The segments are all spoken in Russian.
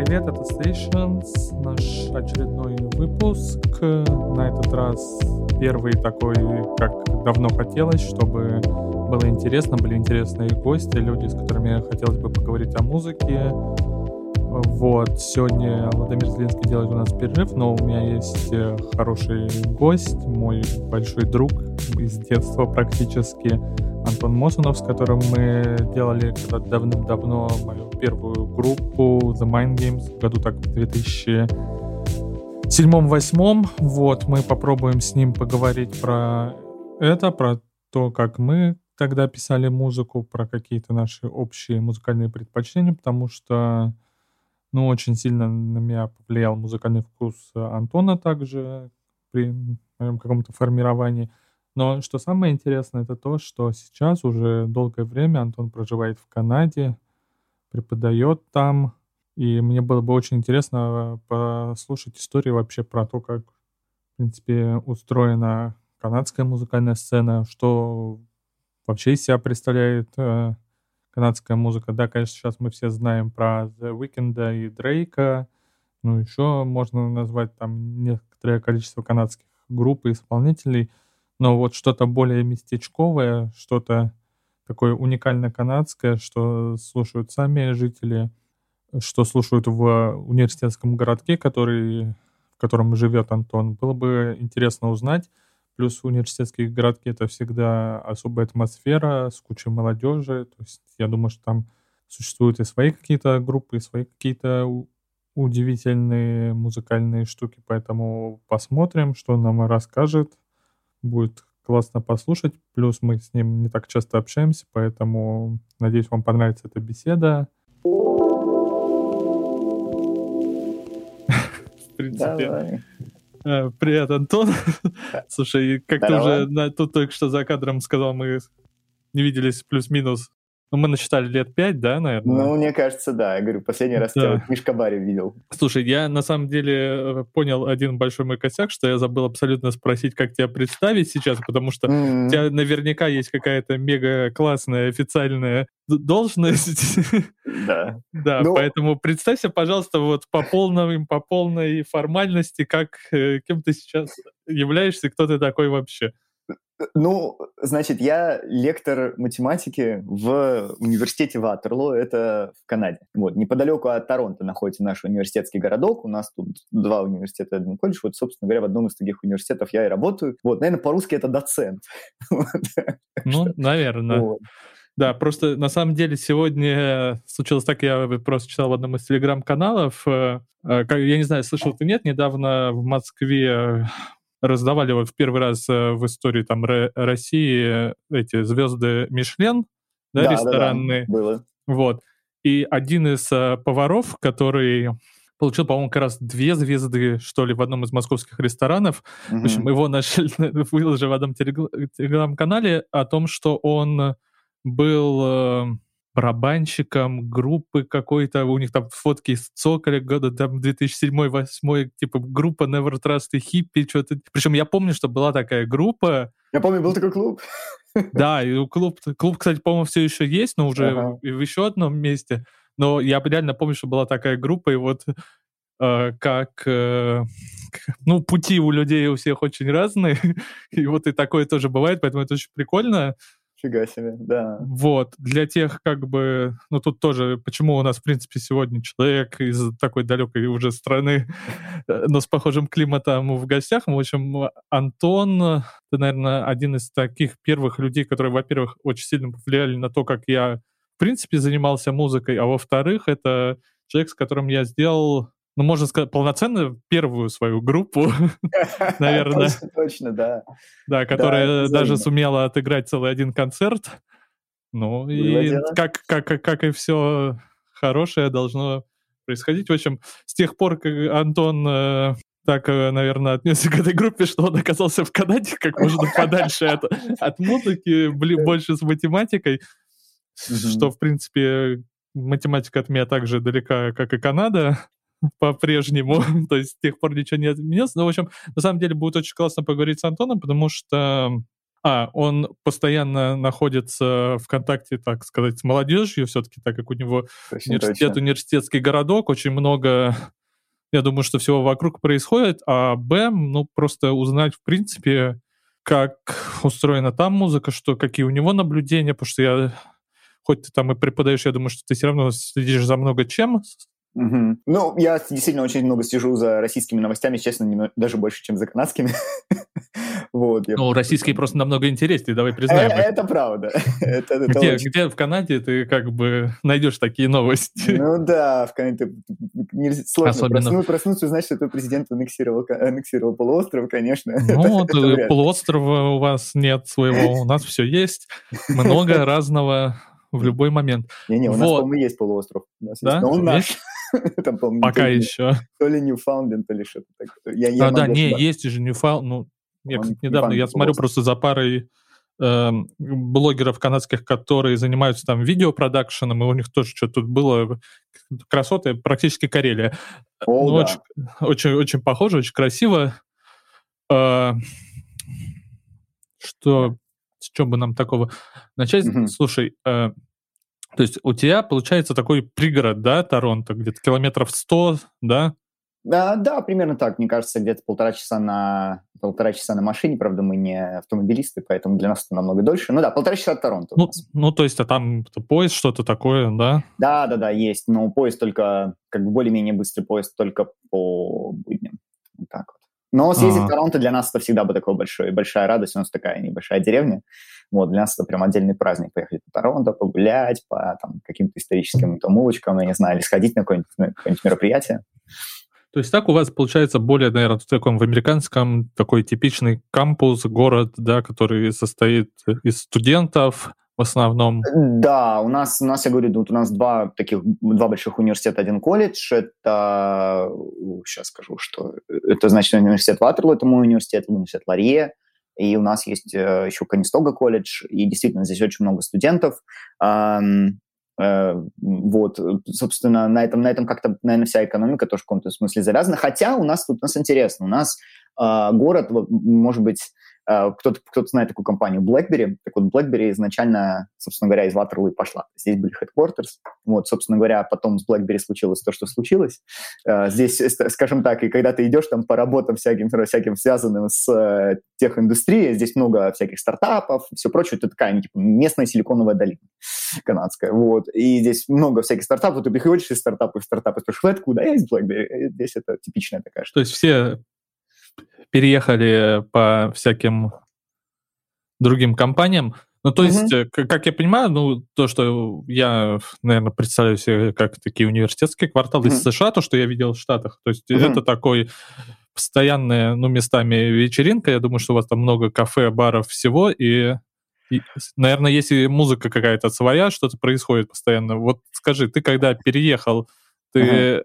привет, это Stations, наш очередной выпуск. На этот раз первый такой, как давно хотелось, чтобы было интересно, были интересные гости, люди, с которыми хотелось бы поговорить о музыке. Вот, сегодня Владимир Зеленский делает у нас перерыв, но у меня есть хороший гость, мой большой друг из детства практически, Антон Мосунов, с которым мы делали когда-то давным-давно мою первую группу The Mind Games в году так в 2007-2008. Вот, мы попробуем с ним поговорить про это, про то, как мы тогда писали музыку, про какие-то наши общие музыкальные предпочтения, потому что очень сильно на меня повлиял музыкальный вкус Антона также при моем каком-то формировании. Но что самое интересное, это то, что сейчас уже долгое время Антон проживает в Канаде, преподает там. И мне было бы очень интересно послушать историю вообще про то, как, в принципе, устроена канадская музыкальная сцена, что вообще из себя представляет канадская музыка. Да, конечно, сейчас мы все знаем про The Weeknd и Дрейка. Еще можно назвать там некоторое количество канадских групп и исполнителей. Но вот что-то более местечковое, что-то такое уникально канадское, что слушают сами жители, что слушают в университетском городке, в котором живет Антон, было бы интересно узнать. Плюс университетские городки — это всегда особая атмосфера с кучей молодежи. То есть я думаю, что там существуют и свои какие-то группы, и свои какие-то удивительные музыкальные штуки. Поэтому посмотрим, что он нам расскажет. Будет классно послушать. Плюс мы с ним не так часто общаемся, поэтому надеюсь, вам понравится эта беседа. В принципе. Привет, Антон. Слушай, как ты уже тут только что за кадром сказал, мы не виделись плюс-минус. Мы насчитали лет 5, да, наверное? Мне кажется, да. Я говорю, последний раз я в Мишкабаре видел. Слушай, я на самом деле понял один большой мой косяк, что я забыл абсолютно спросить, как тебя представить сейчас, потому что у тебя наверняка есть какая-то мега-классная официальная должность. Да. Да, поэтому представься, пожалуйста, вот по полной формальности, кем ты сейчас являешься, кто ты такой вообще. Значит, я лектор математики в университете Ватерлоо, это в Канаде. Вот, неподалеку от Торонто находится наш университетский городок. У нас тут 2 университета, 1 колледж. Вот, собственно говоря, в одном из таких университетов я и работаю. Вот, наверное, по-русски это доцент. Наверное. Вот. Да, просто на самом деле сегодня случилось так, я просто читал в одном из телеграм-каналов, я не знаю, слышал ты, нет, недавно в Москве раздавали в первый раз в истории там России эти звезды Мишлен, да, ресторанные. Да, было. Вот. И один из поваров, который получил, по-моему, как раз 2 звезды, что ли, в одном из московских ресторанов. В общем, его выложили в одном телеграм-канале о том, что он был барабанщиком группы какой-то, у них там фотки из Цоколя года там 2007-2008, типа группа Never Trust a Hippie, что-то. Причем я помню, что была такая группа. Я помню, был такой клуб. Да, и клуб, кстати, по-моему, все еще есть, но уже в еще одном месте. Но я реально помню, что была такая группа, и вот пути у людей у всех очень разные, и вот и такое тоже бывает, поэтому это очень прикольно. Фига себе, да. Вот, для тех, тут тоже, почему у нас, в принципе, сегодня человек из такой далекой уже страны, но с похожим климатом в гостях. В общем, Антон, ты, наверное, один из таких первых людей, которые, во-первых, очень сильно повлияли на то, как я, в принципе, занимался музыкой, а во-вторых, это человек, с которым я сделал, можно сказать, полноценно первую свою группу, наверное. Точно, да. Да, которая даже сумела отыграть целый один концерт. И как и все хорошее должно происходить. В общем, с тех пор, как Антон так, наверное, отнесся к этой группе, что он оказался в Канаде как можно подальше от музыки, больше с математикой, что, в принципе, математика от меня так же далека, как и Канада. По-прежнему, то есть с тех пор ничего не изменилось. Но, в общем, на самом деле будет очень классно поговорить с Антоном, потому что Он постоянно находится в контакте, так сказать, с молодежью, все-таки, так как у него университетский городок, очень много, я думаю, что всего вокруг происходит, а просто узнать, в принципе, как устроена там музыка, какие у него наблюдения, потому что хоть ты там и преподаешь, я думаю, что ты все равно следишь за много чем. Ну, я действительно очень много слежу за российскими новостями, честно, даже больше, чем за канадскими. Российские просто намного интереснее, давай признаем. Это правда. Где в Канаде ты как бы найдешь такие новости? Ну да, в Канаде сложно проснуться и узнать, что твой президент аннексировал полуостров, конечно. Полуострова у вас нет своего, у нас все есть, много разного в любой момент. Не-не, у нас, по-моему, есть полуостров. Да? Но он наш. Пока еще. То ли Ньюфаундленд, то ли что-то такое. Есть же Ньюфаундленд. Я, кстати, недавно смотрю просто за парой блогеров канадских, которые занимаются там видеопродакшеном, и у них тоже что-то тут было. Красоты, практически Карелия. Очень похоже, очень красиво. С чем бы нам такого начать? Слушай, то есть у тебя получается такой пригород, да, Торонто, где-то километров 100, да? Да, примерно так. Мне кажется, где-то полтора часа на машине. Правда, мы не автомобилисты, поэтому для нас это намного дольше. Ну да, 1,5 часа от Торонто. То есть, а там поезд, что-то такое, да? Да, есть. Но поезд только, как бы более-менее быстрый поезд только по будням. Вот так вот. Но съездить в Торонто для нас это всегда бы такой большая радость. У нас такая небольшая деревня. Вот, для нас это прям отдельный праздник. Поехать по Торонто, погулять по каким-то историческим улочкам, я не знаю, или сходить на какое-нибудь мероприятие. То есть так у вас получается более, наверное, в таком в американском такой типичный кампус, город, да, который состоит из студентов в основном. Да, у нас я говорю, у нас два больших университета, один колледж. Это, сейчас скажу, что это, значит, университет Ватерлоо, это мой университет Ларье, и у нас есть еще Канистога колледж, и действительно здесь очень много студентов. Вот, собственно, на этом как-то, наверное, вся экономика тоже в каком-то смысле завязана. Хотя у нас интересно. У нас город, может быть, кто-то знает такую компанию BlackBerry. Так вот, BlackBerry изначально, собственно говоря, из Ватерлоо и пошла. Здесь были headquarters. Вот, собственно говоря, потом с BlackBerry случилось то, что случилось. Здесь, скажем так, и когда ты идешь там по работам всяким связанным с техиндустрией, здесь много всяких стартапов, все прочее. Это такая местная силиконовая долина канадская. Вот. И здесь много всяких стартапов. Ты приходишь из стартапа, спрашиваешь, откуда? Я из BlackBerry. Здесь это типичная такая штука. То есть все переехали по всяким другим компаниям. Ну, то есть, как я понимаю, то, что я, наверное, представляю себе как такие университетские кварталы из США, то, что я видел в Штатах, то есть это такой постоянная, местами вечеринка. Я думаю, что у вас там много кафе, баров, всего, и наверное, если музыка какая-то своя, что-то происходит постоянно. Вот скажи, ты когда переехал, ты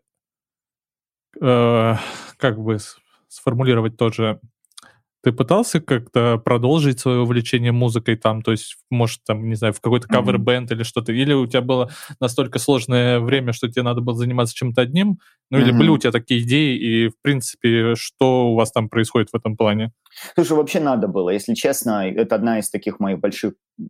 как бы сформулировать тоже, ты пытался как-то продолжить свое увлечение музыкой там, то есть, может, там, не знаю, в какой-то кавер-бэнд или что-то, или у тебя было настолько сложное время, что тебе надо было заниматься чем-то одним, или были у тебя такие идеи, и, в принципе, что у вас там происходит в этом плане? Слушай, вообще надо было, если честно, это одна из таких моих больших,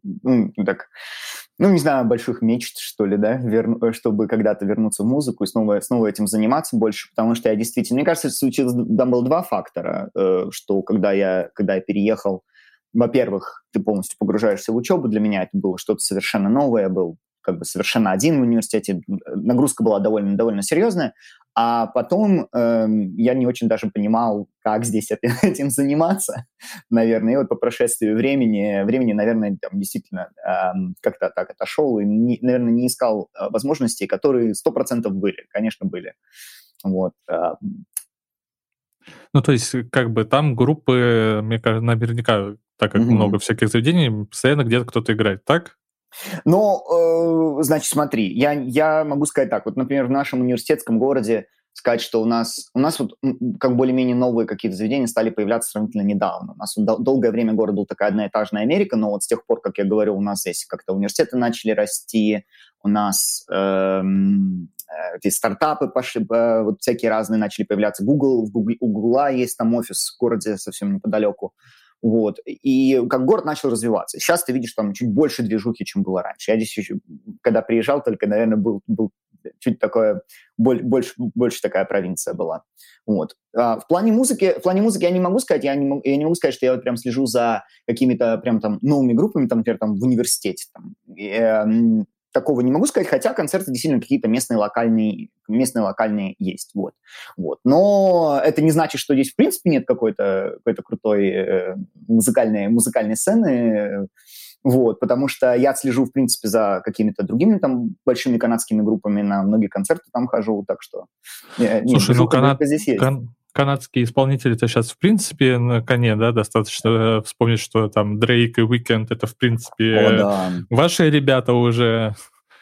не знаю, больших мечт, что ли, да, чтобы когда-то вернуться в музыку и снова этим заниматься больше, потому что я действительно, мне кажется, случилось, там было два фактора, что когда я переехал, во-первых, ты полностью погружаешься в учебу, для меня это было что-то совершенно новое, я был как бы совершенно один в университете, нагрузка была довольно серьезная, а потом я не очень даже понимал, как здесь этим заниматься, наверное. И вот по прошествии времени, наверное, там действительно как-то так отошел и, наверное, не искал возможностей, которые 100% были, конечно, были. Вот. То есть, как бы там группы, мне кажется, наверняка, так как много всяких заведений, постоянно где-то кто-то играет, так? Значит, смотри, я могу сказать так. Вот, например, в нашем университетском городе сказать, что у нас вот как более-менее новые какие-то заведения стали появляться сравнительно недавно. У нас долгое время город был такая одноэтажная Америка, но вот с тех пор, как я говорю, у нас здесь как-то университеты начали расти, у нас эти стартапы пошли, вот всякие разные начали появляться. У Гугла есть там офис в городе совсем неподалеку. Вот. И как город начал развиваться. Сейчас ты видишь там чуть больше движухи, чем было раньше. Я здесь еще, когда приезжал, только, наверное, был чуть такое, больше такая провинция была. Вот. В плане музыки я не могу сказать, я не могу сказать, что я вот прям слежу за какими-то прям там новыми группами, там, например, там в университете. Там. Такого не могу сказать, хотя концерты действительно какие-то местные локальные есть. Вот. Но это не значит, что здесь в принципе нет какой-то крутой музыкальной сцены. Вот, потому что я слежу, в принципе, за какими-то другими там большими канадскими группами, на многие концерты там хожу, так что... Слушай, здесь есть. Канадские исполнители-то сейчас, в принципе, на коне, да, достаточно вспомнить, что там Дрейк и Уикенд — это, в принципе, ваши ребята уже.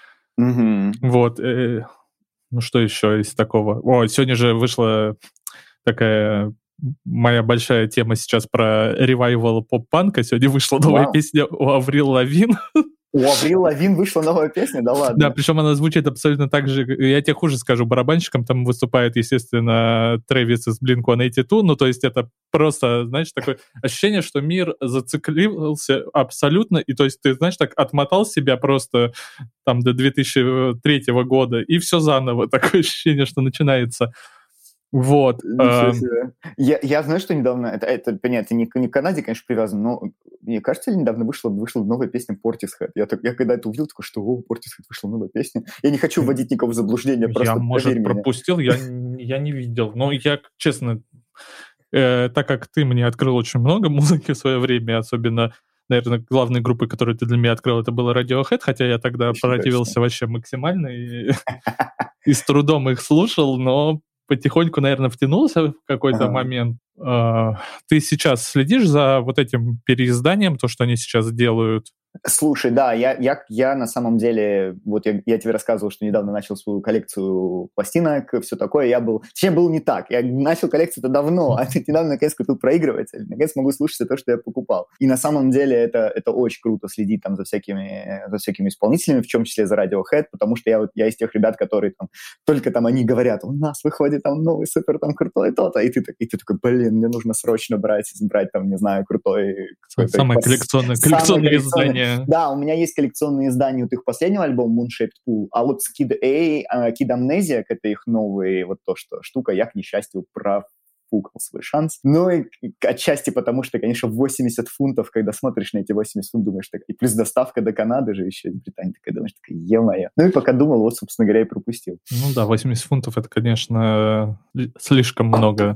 Вот. Ну, что еще из такого? Сегодня же вышла такая... Моя большая тема сейчас про ревайвал поп-панка. Сегодня вышла новая песня у Аврил Лавин. У Аврил Лавин вышла новая песня? Да ладно? Да, причем она звучит абсолютно так же. Я тебе хуже скажу, барабанщиком там выступает, естественно, Трэвис из Blink-182. Ну, то есть это просто, знаешь, такое ощущение, что мир зациклился абсолютно. И то есть ты, знаешь, так отмотал себя просто там до 2003 года, и все заново. Такое ощущение, что начинается... Вот. Я знаю, что недавно, это понятно, не к Канаде, конечно, привязан, но мне кажется, недавно вышла новая песня Portishead. Я когда это увидел, такой, что Portishead вышла новая песня. Я не хочу вводить никого в заблуждение, просто поверь мне. Пропустил, я не видел. Но я, честно, так как ты мне открыл очень много музыки в свое время, особенно, наверное, главной группой, которую ты для меня открыл, это было Radiohead, хотя я тогда противился вообще максимально и с трудом их слушал, но потихоньку, наверное, втянулся в какой-то момент. Ты сейчас следишь за вот этим переизданием, то, что они сейчас делают? Слушай, да, я на самом деле, вот я тебе рассказывал, что недавно начал свою коллекцию пластинок, все такое, точнее, было не так, я начал коллекцию-то давно, а недавно наконец купил проигрыватель, наконец могу слушать то, что я покупал. И на самом деле это очень круто следить там за всякими исполнителями, в том числе за Radiohead, потому что я из тех ребят, которые там, только там они говорят, у нас выходит там новый супер там крутой то-то, и ты такой, блин, мне нужно срочно брать там, не знаю, крутой... Самое коллекционное издание. Да, у меня есть коллекционные издания от их последнего альбома Moonshaped Pool, а вот с Kid Amnesiac, это их новый вот то, что штука, я, к несчастью, профукал свой шанс. Ну и отчасти потому, что, конечно, 80 фунтов, когда смотришь на эти 80 фунтов, думаешь, так, и плюс доставка до Канады же еще, из Британии, такая, думаешь, такая, е-мое. Ну и пока думал, вот, собственно говоря, и пропустил. Ну да, 80 фунтов, это, конечно, слишком много.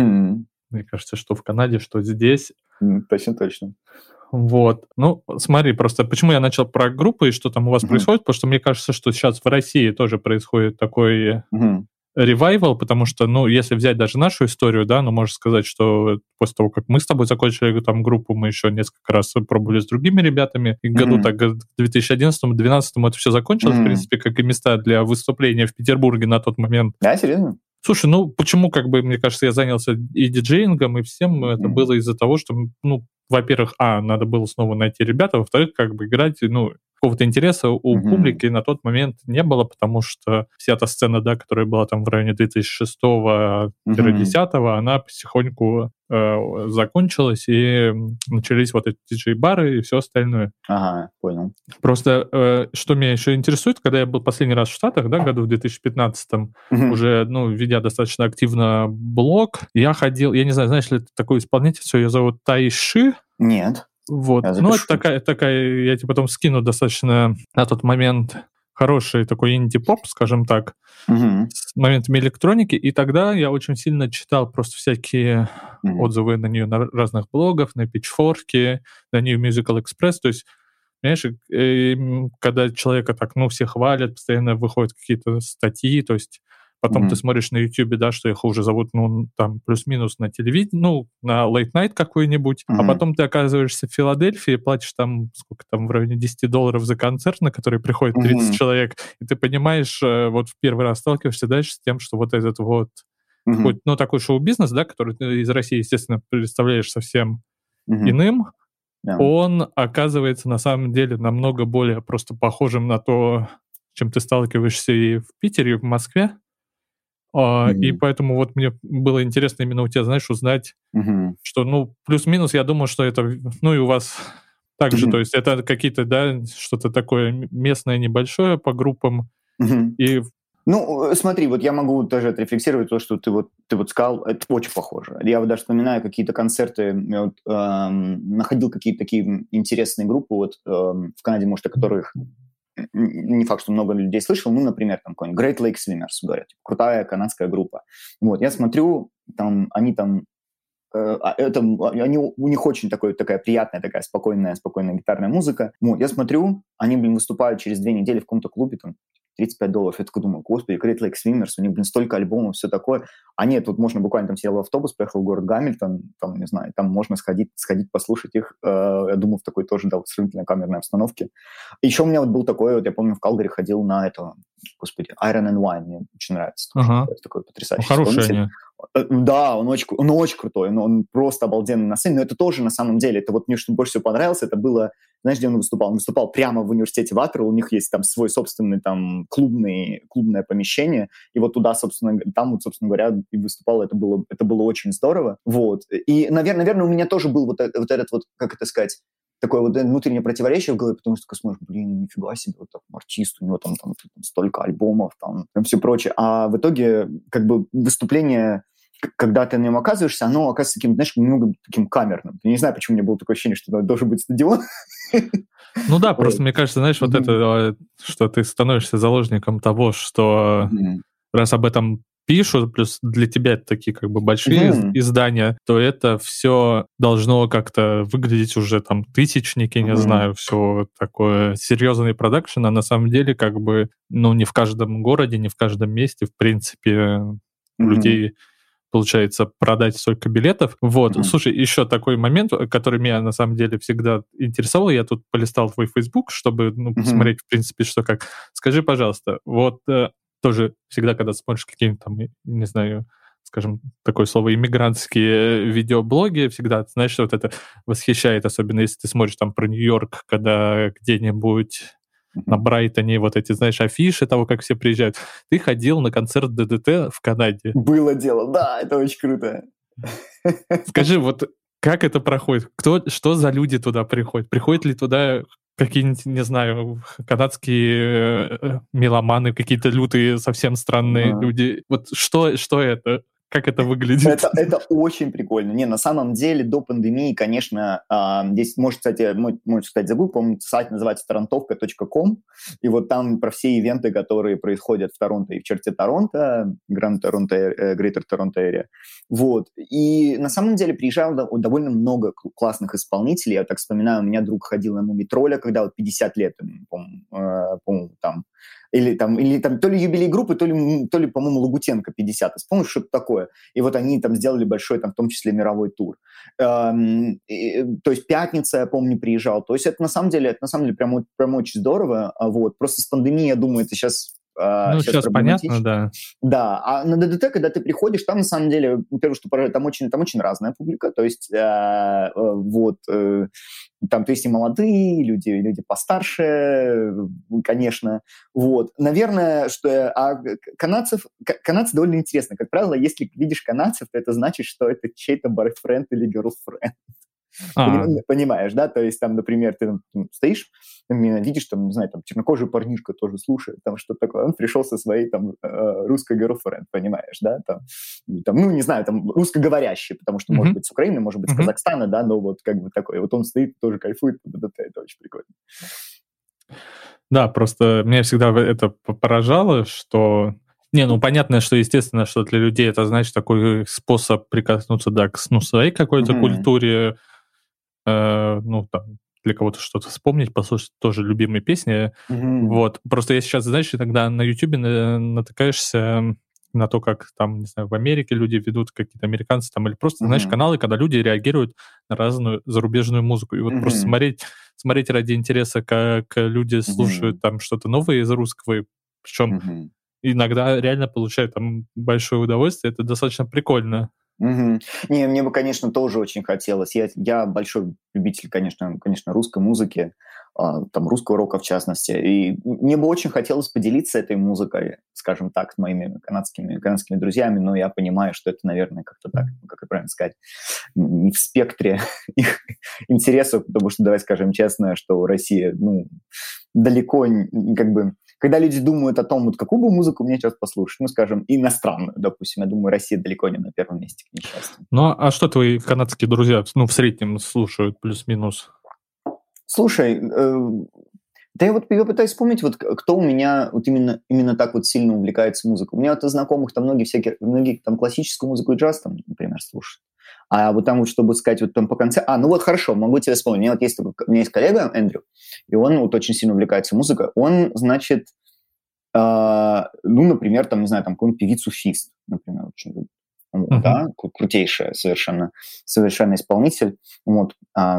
Мне кажется, что в Канаде, что здесь. Точно. Вот. Ну, смотри, просто почему я начал про группы и что там у вас происходит, потому что мне кажется, что сейчас в России тоже происходит такой ревайвал, потому что, ну, если взять даже нашу историю, да, ну, можно сказать, что после того, как мы с тобой закончили там группу, мы еще несколько раз пробовали с другими ребятами, и году так, в 2011-2012 это все закончилось, в принципе, как и места для выступления в Петербурге на тот момент. Да, серьезно? Слушай, ну, почему, как бы, мне кажется, я занялся и диджеингом, и всем, это было из-за того, что, ну, во-первых, надо было снова найти ребят, а во-вторых, как бы играть, ну, какого-то интереса у публики на тот момент не было, потому что вся та сцена, да, которая была там в районе 2006-2010, она потихоньку закончилась, и начались вот эти диджей-бары и все остальное. Ага, понял. Просто, что меня еще интересует, когда я был последний раз в Штатах, да, году в 2015-м, уже, ну, ведя достаточно активно блог, я ходил, я не знаю, знаешь ли ты такой исполнитель, ее зовут Тайши? Нет. Вот. Ну, это такая, я тебе потом скину достаточно на тот момент хороший такой инди-поп, скажем так, с моментами электроники, и тогда я очень сильно читал просто всякие отзывы на нее на разных блогах, на Pitchfork, на New Musical Express, то есть, понимаешь, когда человека так, ну, все хвалят, постоянно выходят какие-то статьи, то есть потом ты смотришь на YouTube, да, что их уже зовут, ну, там, плюс-минус на телевидении, ну, на Late Night какой-нибудь, а потом ты оказываешься в Филадельфии, платишь там, сколько там, в районе $10 за концерт, на который приходит 30 человек, и ты понимаешь, вот в первый раз сталкиваешься дальше с тем, что вот этот вот, ну, такой шоу-бизнес, да, который ты из России, естественно, представляешь совсем иным, он оказывается на самом деле намного более просто похожим на то, чем ты сталкиваешься и в Питере, и в Москве. И поэтому вот мне было интересно именно у тебя, знаешь, узнать, что, ну, плюс-минус, я думаю, что это, ну, и у вас также, то есть это какие-то, да, что-то такое местное, небольшое по группам, и... Ну, смотри, вот я могу тоже отрефлексировать то, что ты вот сказал, это очень похоже. Я вот даже вспоминаю какие-то концерты, я вот, находил какие-то такие интересные группы вот в Канаде, может, о которых не факт, что много людей слышал, ну, например, там какой-нибудь Great Lake Swimmers, говорят, крутая канадская группа. Вот, я смотрю, там, они там, у них очень такая приятная, такая спокойная гитарная музыка. Вот, я смотрю, они, выступают через 2 недели в каком-то клубе, там, $35. Я такой думаю, господи, Great Lake Swimmers, у них, столько альбомов, все такое. А нет, тут можно буквально там сел в автобус, поехал в город Гамильтон, там, не знаю, там можно сходить послушать их, я думаю, в такой тоже, да, сравнительно камерной обстановке. Еще у меня вот был такой, вот я помню, в Калгари ходил на этого, господи, Iron and Wine, мне очень нравится. Такой потрясающий исполнитель. Да, он очень крутой, он просто обалденный на сцене, но это тоже на самом деле, это вот мне что больше всего понравилось, это было, знаешь, где он выступал? Он выступал прямо в университете Ватерлоо, у них есть там свой собственный там клубное помещение, и вот туда, собственно, там вот, собственно говоря, и выступал, это было очень здорово, вот. И, наверное, у меня тоже был вот этот вот, как это сказать, такое вот внутреннее противоречие в голове, потому что ты смотришь, нифига себе, вот там артист, у него там столько альбомов, там все прочее. А в итоге, как бы, выступление, когда ты на нем оказываешься, оно оказывается таким, знаешь, немного таким камерным. Я не знаю, почему у меня было такое ощущение, что это должен быть стадион. Ну да, просто мне кажется, знаешь, вот это, что ты становишься заложником того, что раз об этом пишут, плюс для тебя это такие как бы большие издания, то это все должно как-то выглядеть уже там тысячники, не знаю, все такое серьезный продакшн, а на самом деле как бы, ну, не в каждом городе, не в каждом месте, в принципе, у людей получается продать столько билетов. Вот. Слушай, еще такой момент, который меня на самом деле всегда интересовал. Я тут полистал твой Facebook, чтобы посмотреть, в принципе, что как. Скажи, пожалуйста, вот тоже всегда, когда смотришь какие-нибудь там, не знаю, скажем, такое слово, иммигрантские видеоблоги, всегда, знаешь, что вот это восхищает, особенно если ты смотришь там про Нью-Йорк, когда где-нибудь на Брайтоне вот эти, знаешь, афиши того, как все приезжают. Ты ходил на концерт ДДТ в Канаде. Было дело, да, это очень круто. Скажи, вот как это проходит? Что за люди туда приходят? Приходят ли туда какие-нибудь, не знаю, канадские меломаны, какие-то лютые, совсем странные люди? Вот что это? Как это выглядит? Это очень прикольно. Не, на самом деле, до пандемии, конечно, здесь, можешь, кстати, забыл, помню, сайт называется torontovka.com, и вот там про все ивенты, которые происходят в Торонто и в черте Торонто, Grand Toronto, Greater Toronto Area. Вот. И на самом деле приезжало довольно много классных исполнителей. Я так вспоминаю, у меня друг ходил на Мумитроля, когда вот 50 лет, по-моему, там, или там то ли юбилей группы, то ли, по-моему, Лагутенко 50. Помнишь, что-то такое? И вот они там сделали большой, там, в том числе, мировой тур. То есть «Пятница», я помню, приезжал. То есть это на самом деле прям очень здорово. Вот. Просто с пандемией, я думаю, это сейчас... сейчас понятно, да. Да, а на ДДТ, когда ты приходишь, там, на самом деле, первое, что поражает, там очень разная публика, то есть там, то есть и молодые люди постарше, конечно, вот. Наверное, что канадцы довольно интересны. Как правило, если видишь канадцев, то это значит, что это чей-то бойфренд или герлфренд. Понимаешь, да? То есть там, например, ты стоишь, видишь, там, не знаю, там чернокожий парнишка тоже слушает, там что-то такое. Он пришел со своей там русской girlfriend, понимаешь, да? Там, ну, не знаю, там русскоговорящий, потому что может быть с Украины, может быть с Казахстана, да, но вот как бы такой. Вот он стоит, тоже кайфует, это очень прикольно. Да, просто меня всегда это поражало, что... понятно, что, естественно, что для людей это, знаешь, такой способ прикоснуться, да, к своей какой-то культуре, там, для кого-то что-то вспомнить, послушать тоже любимые песни. Вот. Просто я сейчас, знаешь, иногда на Ютубе натыкаешься на то, как там, не знаю, в Америке люди ведут, какие-то американцы там, или просто, знаешь, каналы, когда люди реагируют на разную зарубежную музыку. И вот просто смотреть ради интереса, как люди слушают там что-то новое из русского, причем иногда реально получают там большое удовольствие, это достаточно прикольно. Мгм. Не, мне бы, конечно, тоже очень хотелось. Я большой любитель, конечно, русской музыки, там, русского рока в частности. И мне бы очень хотелось поделиться этой музыкой, скажем так, с моими канадскими друзьями, но я понимаю, что это, наверное, как-то так, как это правильно сказать, не в спектре их интересов, потому что, давай скажем честно, что Россия, ну, далеко, как бы, когда люди думают о том, вот какую бы музыку мне сейчас послушать, ну, скажем, иностранную, допустим, я думаю, Россия далеко не на первом месте, к несчастью. Ну, а что твои канадские друзья, ну, в среднем слушают плюс-минус? Слушай, да я пытаюсь вспомнить, вот кто у меня вот именно так вот сильно увлекается музыкой. У меня вот из знакомых там многие там классическую музыку и джаз там, например, слушают. А вот там вот, чтобы сказать, вот там по конце... ну вот хорошо, могу тебе вспомнить. У меня есть коллега Эндрю, и он вот очень сильно увлекается музыкой. Он, значит, ну, например, там, не знаю, там какую-нибудь певицу Фист, например, очень любит. Вот, да, крутейшая совершенно исполнитель. Вот.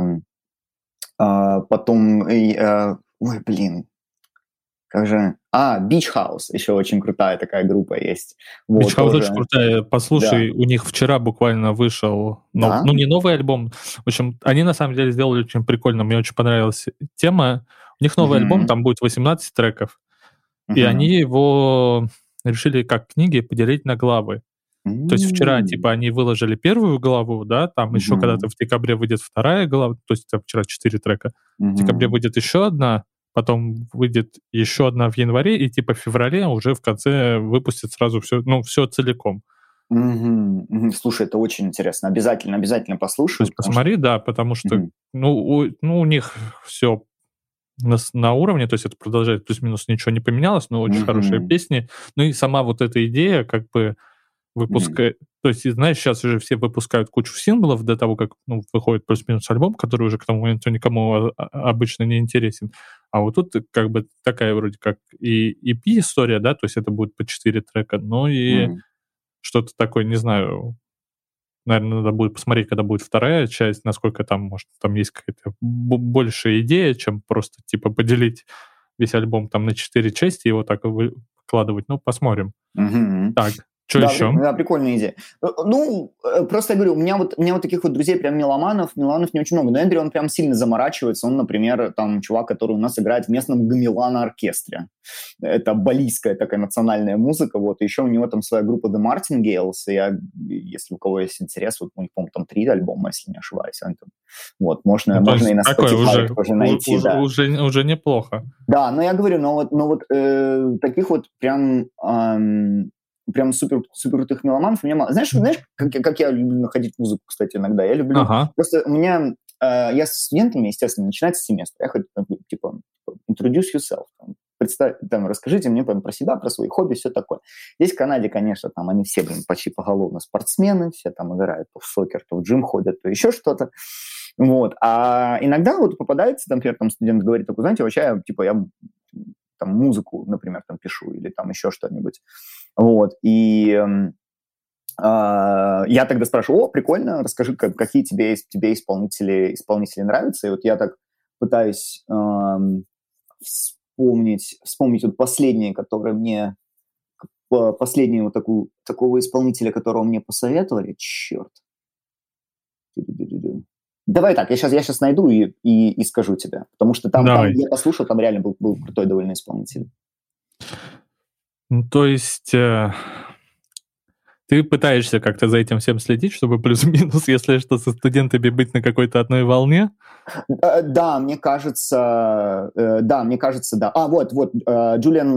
Потом... ой, блин, как же... Beach House, еще очень крутая такая группа есть. Вот, Beach House тоже, очень крутая. Послушай, да. у них вчера буквально вышел, Да? ну, не новый альбом. В общем, они на самом деле сделали очень прикольно. Мне очень понравилась тема. У них новый альбом, там будет 18 треков. И они его решили как книги поделить на главы. То есть вчера, типа, они выложили первую главу, да, там еще когда-то в декабре выйдет вторая глава, то есть там вчера 4 трека. В декабре выйдет еще одна, потом выйдет еще одна в январе, и типа в феврале уже в конце выпустят сразу все, ну, все целиком. Слушай, это очень интересно. Обязательно То послушаю. есть посмотри, да, потому что, у них все на уровне, то есть это продолжает плюс-минус, ничего не поменялось, но очень хорошие песни. Ну и сама вот эта идея, как бы, выпуска... То есть, знаешь, сейчас уже все выпускают кучу синглов до того, как выходит плюс-минус альбом, который уже к тому моменту никому обычно не интересен. А вот тут как бы такая вроде как и EP-история, да, то есть это будет по 4 трека, но и что-то такое, не знаю, наверное, надо будет посмотреть, когда будет вторая часть, насколько там, может, там есть какая-то большая идея, чем просто, типа, поделить весь альбом там на 4 части и его так выкладывать. Ну, посмотрим. Так, что еще? Да, прикольная идея. Ну, просто я говорю, у меня вот таких вот друзей, прям меломанов не очень много. Но Эндрю, он прям сильно заморачивается. Он, например, там чувак, который у нас играет в местном гамелано-оркестре. Это балийская такая национальная музыка. Вот. И еще у него там своя группа The Martingales. Если у кого есть интерес, вот у них, по-моему, там 3 альбома, если не ошибаюсь. Вот, можно и на Spotify тоже найти. Уже неплохо. Да, но я говорю, таких вот прям супер крутых меломанов у меня мало. Знаешь, как я люблю находить музыку, кстати, иногда? Я люблю... Просто у меня... я с студентами, естественно, начинается семестр. Я хоть, типа, introduce yourself. Расскажите мне про себя, про свои хобби, все такое. Здесь в Канаде, конечно, там они все, почти поголовно спортсмены, все там играют то в сокер, то в джим ходят, то еще что-то. Вот. А иногда вот попадается, например, там студент говорит, такой, знаете, вообще, я там музыку, например, там пишу или там еще что-нибудь. Вот. И я тогда спрашиваю, прикольно, расскажи, какие тебе исполнители нравятся. И вот я так пытаюсь вспомнить вот последнее, которое мне... Последнего такого исполнителя, которого мне посоветовали. Черт. Давай так, я сейчас найду и скажу тебе. Потому что там я послушал, там реально был крутой довольно исполнитель. Ну, то есть ты пытаешься как-то за этим всем следить, чтобы плюс-минус, если что, со студентами быть на какой-то одной волне? Да, мне кажется, да. Вот, Джулиан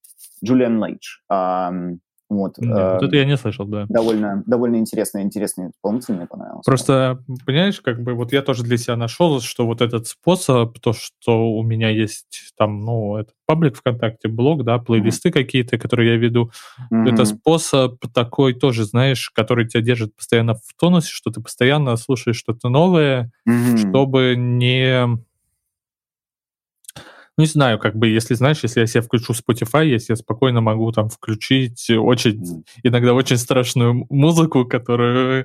Лейдж. Вот. Нет, вот это я не слышал, да. Довольно интересный исполнитель, мне понравился. Просто, понимаешь, как бы вот я тоже для себя нашел, что вот этот способ, то, что у меня есть там, это паблик ВКонтакте, блог, да, плейлисты какие-то, которые я веду, это способ такой тоже, знаешь, который тебя держит постоянно в тонусе, что ты постоянно слушаешь что-то новое, чтобы не... Не знаю, как бы, если я себе включу Spotify, я себе спокойно могу там включить иногда очень страшную музыку, которую...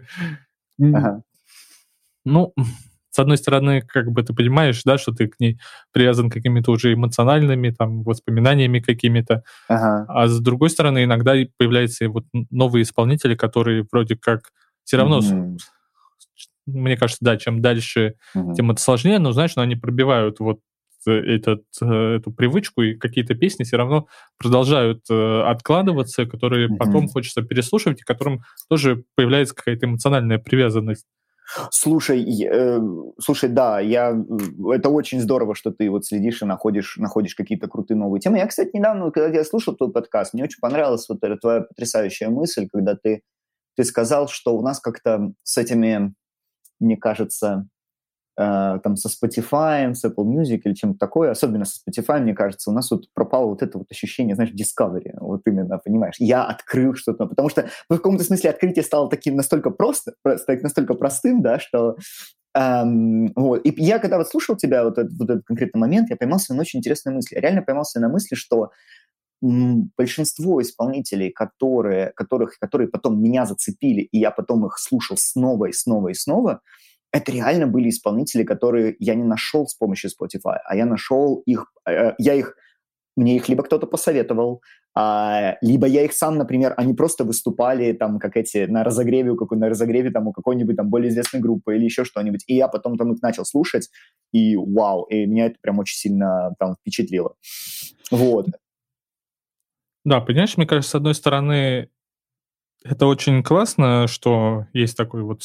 Ну, с одной стороны, как бы ты понимаешь, да, что ты к ней привязан какими-то уже эмоциональными там воспоминаниями какими-то, а с другой стороны, иногда появляются вот новые исполнители, которые вроде как все равно, мне кажется, да, чем дальше, тем это сложнее, но, знаешь, они пробивают вот эту привычку, и какие-то песни все равно продолжают откладываться, которые потом хочется переслушивать, и к которым тоже появляется какая-то эмоциональная привязанность. Слушай, да, это очень здорово, что ты вот следишь и находишь какие-то крутые новые темы. Я, кстати, недавно, когда я слушал твой подкаст, мне очень понравилась вот эта твоя потрясающая мысль, когда ты сказал, что у нас как-то с этими, мне кажется, там со Spotify, с Apple Music или чем-то такое, особенно со Spotify, мне кажется, у нас вот пропало вот это вот ощущение, знаешь, discovery, вот именно, понимаешь, я открыл что-то, потому что в каком-то смысле открытие стало таким настолько настолько простым, да, что вот. И я когда вот слушал тебя, вот этот конкретный момент, я поймался на очень интересной мысли. Я реально поймался на мысли, что большинство исполнителей, которые потом меня зацепили, и я потом их слушал снова и снова и снова, это реально были исполнители, которые я не нашел с помощью Spotify, а я нашел их, мне их либо кто-то посоветовал, либо я их сам, например, они просто выступали там, как на разогреве там у какой-нибудь там более известной группы или еще что-нибудь, и я потом там их начал слушать, и вау, и меня это прям очень сильно там впечатлило. Вот. Да, понимаешь, мне кажется, с одной стороны, это очень классно, что есть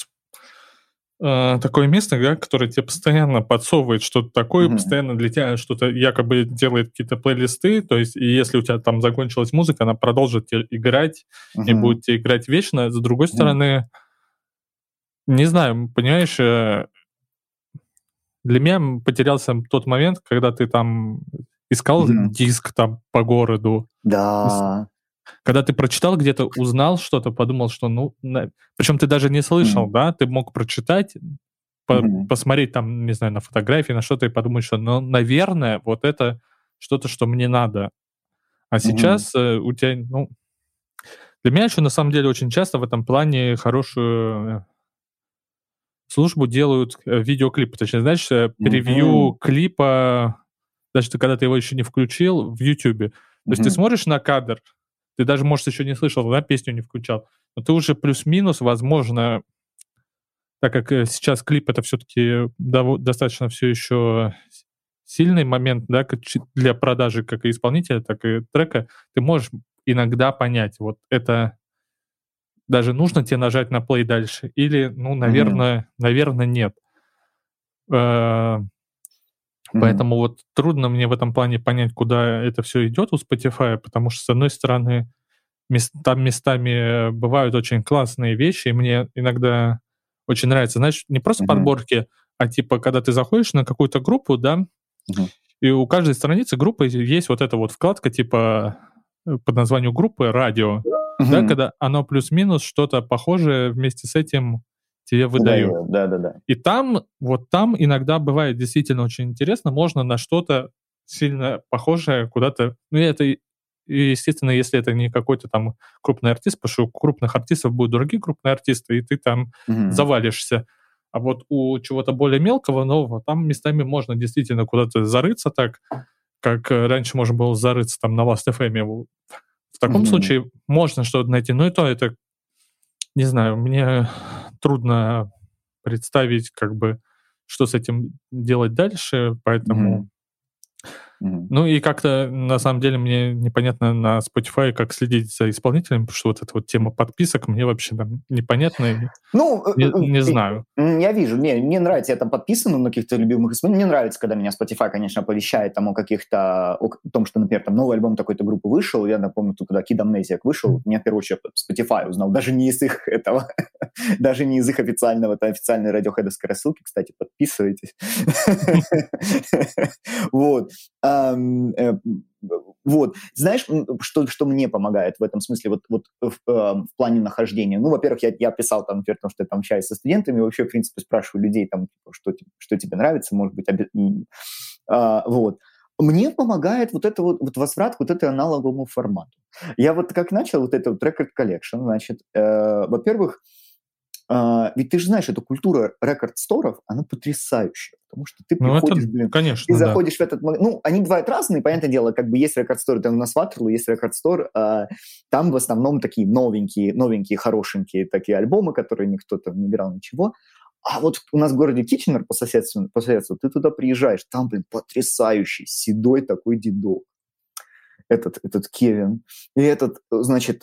такое место, да, которое тебе постоянно подсовывает что-то такое, постоянно для тебя что-то якобы делает какие-то плейлисты, то есть и если у тебя там закончилась музыка, она продолжит тебе играть и будет тебе играть вечно. С другой стороны, не знаю, понимаешь, для меня потерялся тот момент, когда ты там искал диск там по городу. Да. Когда ты прочитал где-то, узнал что-то, подумал, что, причем ты даже не слышал, да, ты мог прочитать, посмотреть там, не знаю, на фотографии, на что-то и подумать, что, наверное, вот это что-то, что мне надо. А сейчас у тебя, для меня еще на самом деле очень часто в этом плане хорошую службу делают видеоклипы. Точнее, знаешь, превью клипа, даже когда ты его еще не включил, в YouTube. То есть ты смотришь на кадр, ты даже, может, еще не слышал, да, песню не включал, но ты уже плюс-минус, возможно, так как сейчас клип — это все-таки достаточно все еще сильный момент, да, для продажи как и исполнителя, так и трека, ты можешь иногда понять, вот это даже нужно тебе нажать на плей дальше или, наверное, нет. Поэтому вот трудно мне в этом плане понять, куда это все идет у Spotify, потому что, с одной стороны, там местами бывают очень классные вещи, и мне иногда очень нравится, знаешь, не просто подборки, а типа, когда ты заходишь на какую-то группу, да, и у каждой страницы группы есть вот эта вот вкладка, типа, под названием группы «Радио», да, когда оно плюс-минус что-то похожее вместе с этим тебе выдают. Да. И там иногда бывает действительно очень интересно, можно на что-то сильно похожее куда-то, это, естественно, если это не какой-то там крупный артист, потому что у крупных артистов будут другие крупные артисты, и ты там завалишься. А вот у чего-то более мелкого, нового, там местами можно действительно куда-то зарыться так, как раньше можно было зарыться там на Last.fm. В таком случае можно что-то найти, но и то это, не знаю, мне трудно представить, что с этим делать дальше, поэтому... и как-то, на самом деле, мне непонятно на Spotify, как следить за исполнителями, потому что вот эта вот тема подписок мне вообще там непонятна. Не знаю. Я вижу, мне нравится, я там подписан на каких-то любимых исполнителей. Мне нравится, когда меня Spotify, конечно, оповещает там о том, что, например, там новый альбом такой-то группы вышел. Я напомню, когда Kid Amnesiac вышел, меня в первую очередь Spotify узнал, даже не из их даже не из их официальной радиохедовской рассылки, кстати, подписывайтесь. Вот. Вот. Знаешь, что мне помогает в этом смысле, вот в плане нахождения? Во-первых, я писал там, например, потому что я там общаюсь со студентами, вообще, в принципе, спрашиваю людей, там, что тебе нравится, может быть, вот. Мне помогает вот возврат к вот этой аналоговому формату. Я вот как начал вот этот record collection, значит, во-первых, ведь ты же знаешь, эта культура рекорд-сторов, она потрясающая, потому что ты приходишь, конечно, ты заходишь в этот магазин. Ну, они бывают разные, понятное дело, как бы есть рекорд-стор, там у нас в Ватерлоо есть рекорд-стор, там в основном такие новенькие, хорошенькие такие альбомы, которые никто там не играл, ничего. А вот у нас в городе Китченер по соседству ты туда приезжаешь, там, блин, потрясающий, седой такой дедок. Этот Кевин, и этот, значит,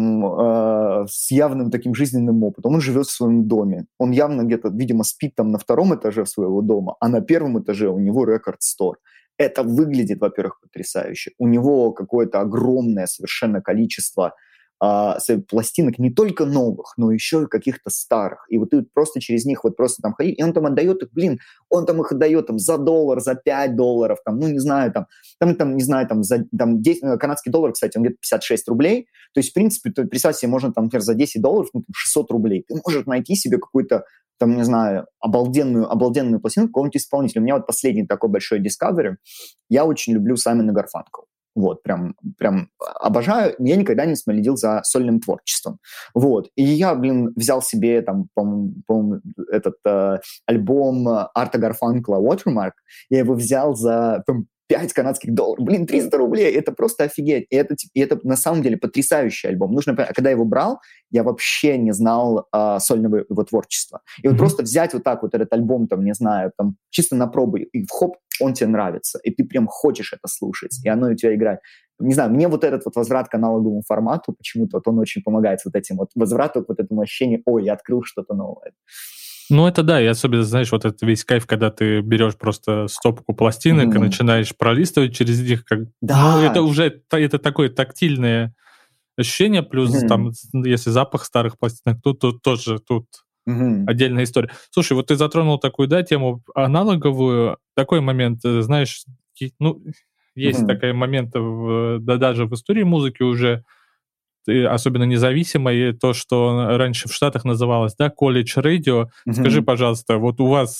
там с явным таким жизненным опытом. Он живет в своем доме. Он явно где-то, видимо, спит там на 2 этаже своего дома, а на 1 этаже у него рекорд-стор. Это выглядит, во-первых, потрясающе. У него какое-то огромное совершенно количество пластинок не только новых, но еще и каких-то старых. И вот ты просто через них вот просто там ходишь, и он там отдает их, он там их отдает там за $1, за $5, там, ну, не знаю, не знаю, там, за там, 10, канадский доллар, кстати, он где-то 56 рублей. То есть, в принципе, представь себе, можно там, например, за $10, ну, 600 рублей. Ты можешь найти себе какую-то, там, не знаю, обалденную пластинку какого-нибудь исполнителя. У меня вот последний такой большой Discovery. Я очень люблю Саймона Гарфанкл. Вот, прям обожаю. Я никогда не следил за сольным творчеством. Вот. И я, взял себе, там, по-моему, этот альбом Арта Гарфанкла Watermark. Я его взял за, там, $5 канадских. 300 рублей. Это просто офигеть. И это на самом деле потрясающий альбом. Нужно понять, когда я его брал, я вообще не знал сольного его творчества. И вот просто взять вот так вот этот альбом, там, не знаю, там, чисто на пробу, и хоп, он тебе нравится, и ты прям хочешь это слушать, и оно у тебя играет. Не знаю, мне вот этот вот возврат к аналоговому формату, почему-то вот он очень помогает вот этим вот возврату к вот этому ощущению, ой, я открыл что-то новое. Ну, это да, и особенно, знаешь, вот этот весь кайф, когда ты берешь просто стопку пластинок и начинаешь пролистывать через них. Да. Ну, это уже это такое тактильное ощущение, плюс там, если запах старых пластинок, тут тоже отдельная история. Слушай, вот ты затронул такую, да, тему аналоговую. Такой момент, знаешь, ну, есть такой момент, даже в истории музыки уже, особенно независимой, то, что раньше в Штатах называлось, да, колледж радио. Скажи, пожалуйста, вот у вас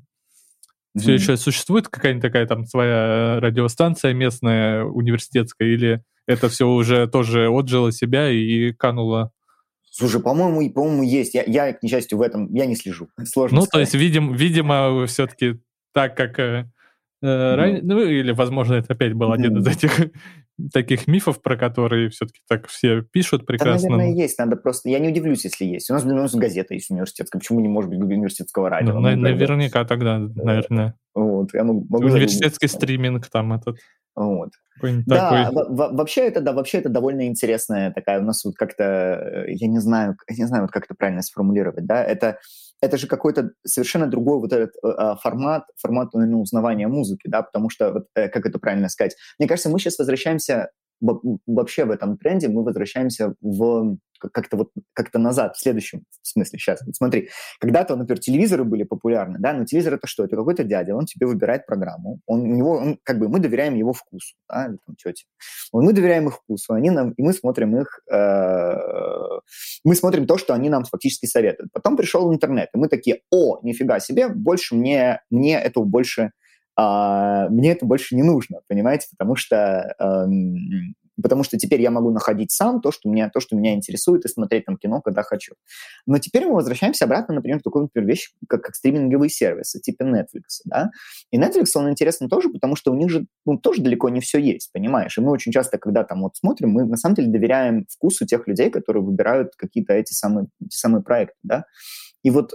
все еще существует какая-нибудь такая там своя радиостанция местная, университетская, или это все уже тоже отжило себя и кануло? Слушай, по-моему, есть. Я, к несчастью, в этом я не слежу. Сложно сказать. То есть, видимо, все-таки так, как ну, или, возможно, это опять был один из этих таких мифов, про которые все-таки так все пишут прекрасно. Да, наверное, есть. Надо просто... Я не удивлюсь, если есть. У нас газета есть университетская. Почему не может быть университетского радио? Наверняка тогда, наверное. Вот. Я могу университетский стриминг там этот. Вот. Да, вообще это довольно интересная такая у нас вот как-то, я не знаю, вот как это правильно сформулировать, да, это же какой-то совершенно другой вот этот формат, наверное, узнавания музыки, да, потому что, вот, как это правильно сказать, мне кажется, мы сейчас возвращаемся вообще в этом тренде, мы возвращаемся как-то назад, в следующем смысле. Сейчас, вот смотри, когда-то, например, телевизоры были популярны, да, но телевизор это что? Это какой-то дядя, он тебе выбирает программу, мы доверяем его вкусу, да, или там тете. Мы доверяем их вкусу, и мы смотрим мы смотрим то, что они нам фактически советуют. Потом пришел интернет, и мы такие, нифига себе, больше мне это больше не нужно, понимаете, потому что теперь я могу находить сам то, что меня интересует, и смотреть там кино, когда хочу. Но теперь мы возвращаемся обратно, например, к такой вещи, как стриминговые сервисы, типа Netflix, да. И Netflix, он интересен тоже, потому что у них же тоже далеко не все есть, понимаешь? И мы очень часто, когда там вот смотрим, мы на самом деле доверяем вкусу тех людей, которые выбирают какие-то эти самые проекты, да. И вот...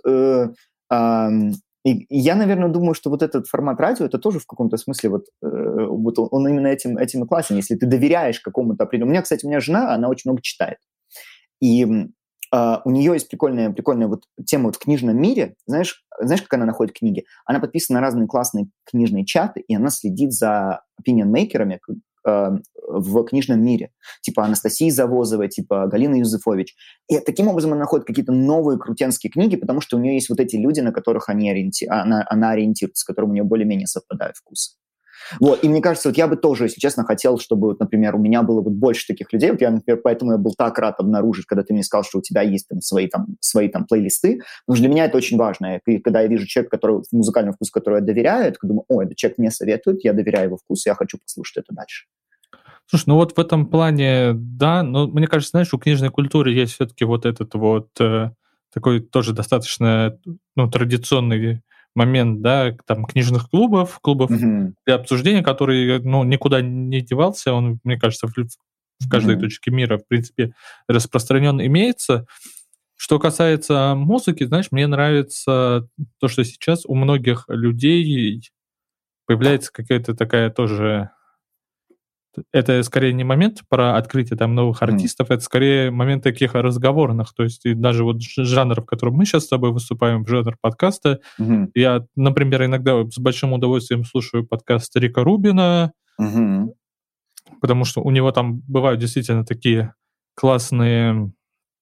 И я, наверное, думаю, что вот этот формат радио, это тоже в каком-то смысле вот он именно этим и классен. Если ты доверяешь какому-то определенному... У меня жена, она очень много читает. И у нее есть прикольная вот тема вот в книжном мире. Знаешь, как она находит книги? Она подписана на разные классные книжные чаты, и она следит за opinion-мейкерами в книжном мире. Типа Анастасии Завозовой, типа Галины Юзефович. И таким образом она находит какие-то новые крутенские книги, потому что у нее есть вот эти люди, на которых она ориентируется, с которыми у нее более-менее совпадают вкусы. Вот, и мне кажется, вот я бы тоже, если честно, хотел, чтобы, вот, например, у меня было вот больше таких людей. Вот я, например, поэтому я был так рад обнаружить, когда ты мне сказал, что у тебя есть там свои плейлисты, потому что для меня это очень важно. И когда я вижу человека, музыкальный вкус, который я доверяю, я думаю, этот человек мне советует, я доверяю его вкусу, я хочу послушать это дальше. Слушай, ну вот в этом плане, да, но мне кажется, знаешь, у книжной культуры есть все-таки вот этот вот такой тоже достаточно, ну, традиционный момент, да, там, книжных клубов для обсуждения, который, ну, никуда не девался, он, мне кажется, в каждой точке мира, в принципе, распространен имеется. Что касается музыки, знаешь, мне нравится то, что сейчас у многих людей появляется какая-то такая тоже... Это скорее не момент про открытие там новых артистов, это скорее момент таких разговорных. То есть и даже вот жанр, в котором мы сейчас с тобой выступаем, жанр подкаста, я, например, иногда с большим удовольствием слушаю подкаст Рика Рубина, потому что у него там бывают действительно такие классные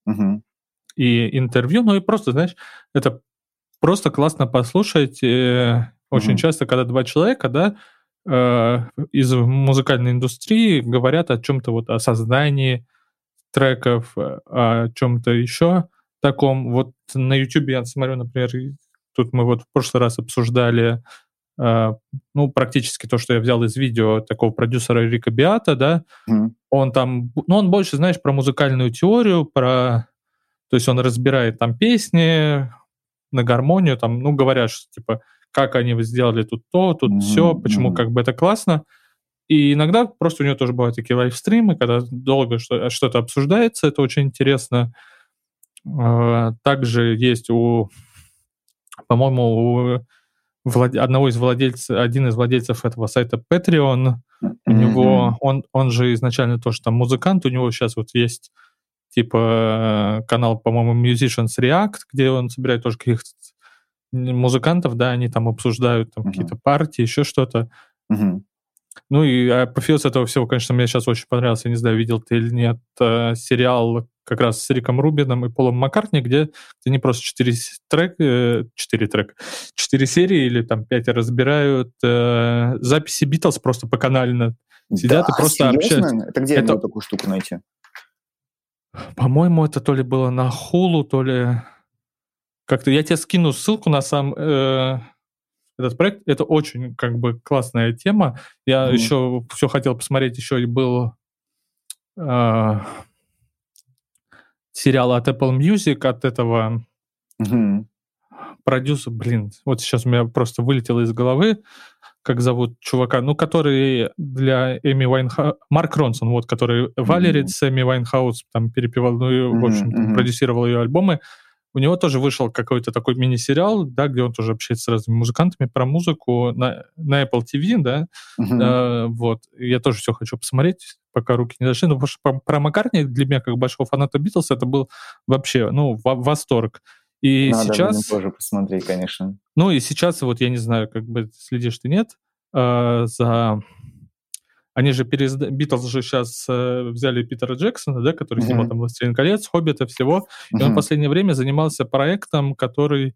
и интервью, ну и просто, знаешь, это просто классно послушать. Очень часто, когда два человека, да, из музыкальной индустрии говорят о чем-то вот, о создании треков, о чем-то еще таком. Вот на YouTube я смотрю, например, тут мы вот в прошлый раз обсуждали, ну, практически то, что я взял из видео такого продюсера Рика Биата, да, он там, ну, он больше, знаешь, про музыкальную теорию, то есть он разбирает там песни на гармонию, там, ну, говорят, что, типа, как они сделали тут то, тут все, почему как бы это классно. И иногда просто у него тоже бывают такие лайвстримы, когда долго что-то обсуждается, это очень интересно. Также есть по-моему, один из владельцев этого сайта Patreon, у него, он же изначально тоже там музыкант, у него сейчас вот есть типа канал, по-моему, Musicians React, где он собирает тоже каких-то музыкантов, да, они там обсуждают там какие-то партии, еще что-то. Ну и апофеоз этого всего, конечно, мне сейчас очень понравился, не знаю, видел ты или нет, сериал как раз с Риком Рубином и Полом Маккартни, где не просто 4 серии или там 5 разбирают записи Битлз просто поканально. Сидят Да, и просто общаются. Это где мне такую штуку найти? По-моему, это то ли было на Hulu, то ли... Как-то я тебе скину ссылку на сам этот проект. Это очень как бы классная тема. Я еще все хотел посмотреть, еще и был сериал от Apple Music, от этого продюсера, вот сейчас у меня просто вылетело из головы, как зовут чувака, ну, который для Эми Уайнхаус, Марк Ронсон, вот, который Валерит с Эми Уайнхаус там перепевал, ну, и, в общем, продюсировал ее альбомы. У него тоже вышел какой-то такой мини-сериал, да, где он тоже общается с разными музыкантами про музыку на Apple TV, да, вот. Я тоже все хочу посмотреть, пока руки не дошли. Ну, потому что про Маккартни для меня, как большого фаната Битлз, это был вообще, ну, восторг. И надо сейчас... тоже посмотреть, конечно. Ну, и сейчас, вот я не знаю, как бы следишь ты, нет, Они же Битлз же сейчас взяли Питера Джексона, да, который снимал там «Властелин колец», «Хоббита», всего. И он в последнее время занимался проектом, который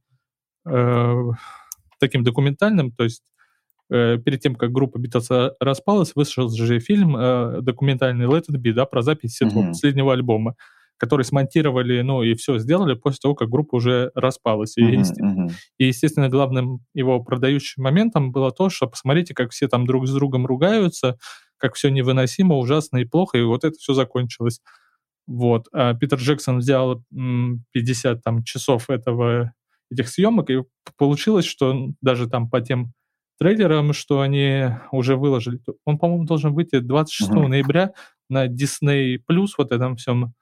таким документальным, то есть перед тем, как группа Битлз распалась, вышел же фильм документальный «Let It Be», да, про запись этого последнего альбома, который смонтировали, ну, и все сделали после того, как группа уже распалась. И, естественно, главным его продающим моментом было то, что посмотрите, как все там друг с другом ругаются, как все невыносимо, ужасно и плохо, и вот это все закончилось. Вот. А Питер Джексон взял 50 там, часов этих съемок, и получилось, что даже там по тем трейлерам, что они уже выложили, он, по-моему, должен выйти 26 ноября на Disney+, вот этом всем.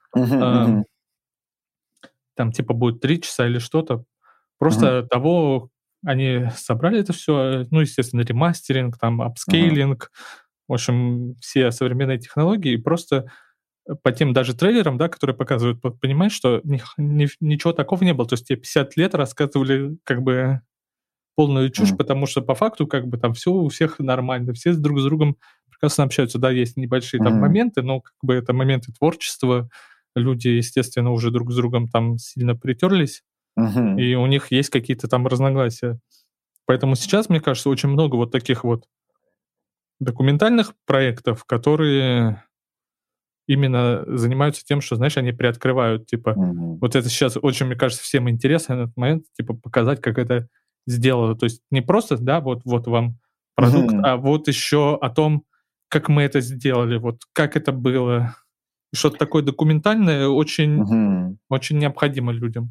Там типа будет 3 часа или что-то. Просто того они собрали это все, ну, естественно, ремастеринг, там, апскейлинг, в общем, все современные технологии, и просто по тем даже трейлерам, да, которые показывают, понимаешь, что ничего такого не было. То есть тебе 50 лет рассказывали как бы полную чушь, потому что по факту как бы там все у всех нормально, все друг с другом прекрасно общаются. Да, есть небольшие там моменты, но как бы это моменты творчества. Люди, естественно, уже друг с другом там сильно притерлись, и у них есть какие-то там разногласия. Поэтому сейчас, мне кажется, очень много вот таких вот документальных проектов, которые именно занимаются тем, что, знаешь, они приоткрывают, типа, вот это сейчас очень, мне кажется, всем интересно этот момент, типа, показать, как это сделано. То есть не просто, да, вот вам продукт, а вот еще о том, как мы это сделали, вот как это было. Что-то такое документальное очень, очень необходимо людям.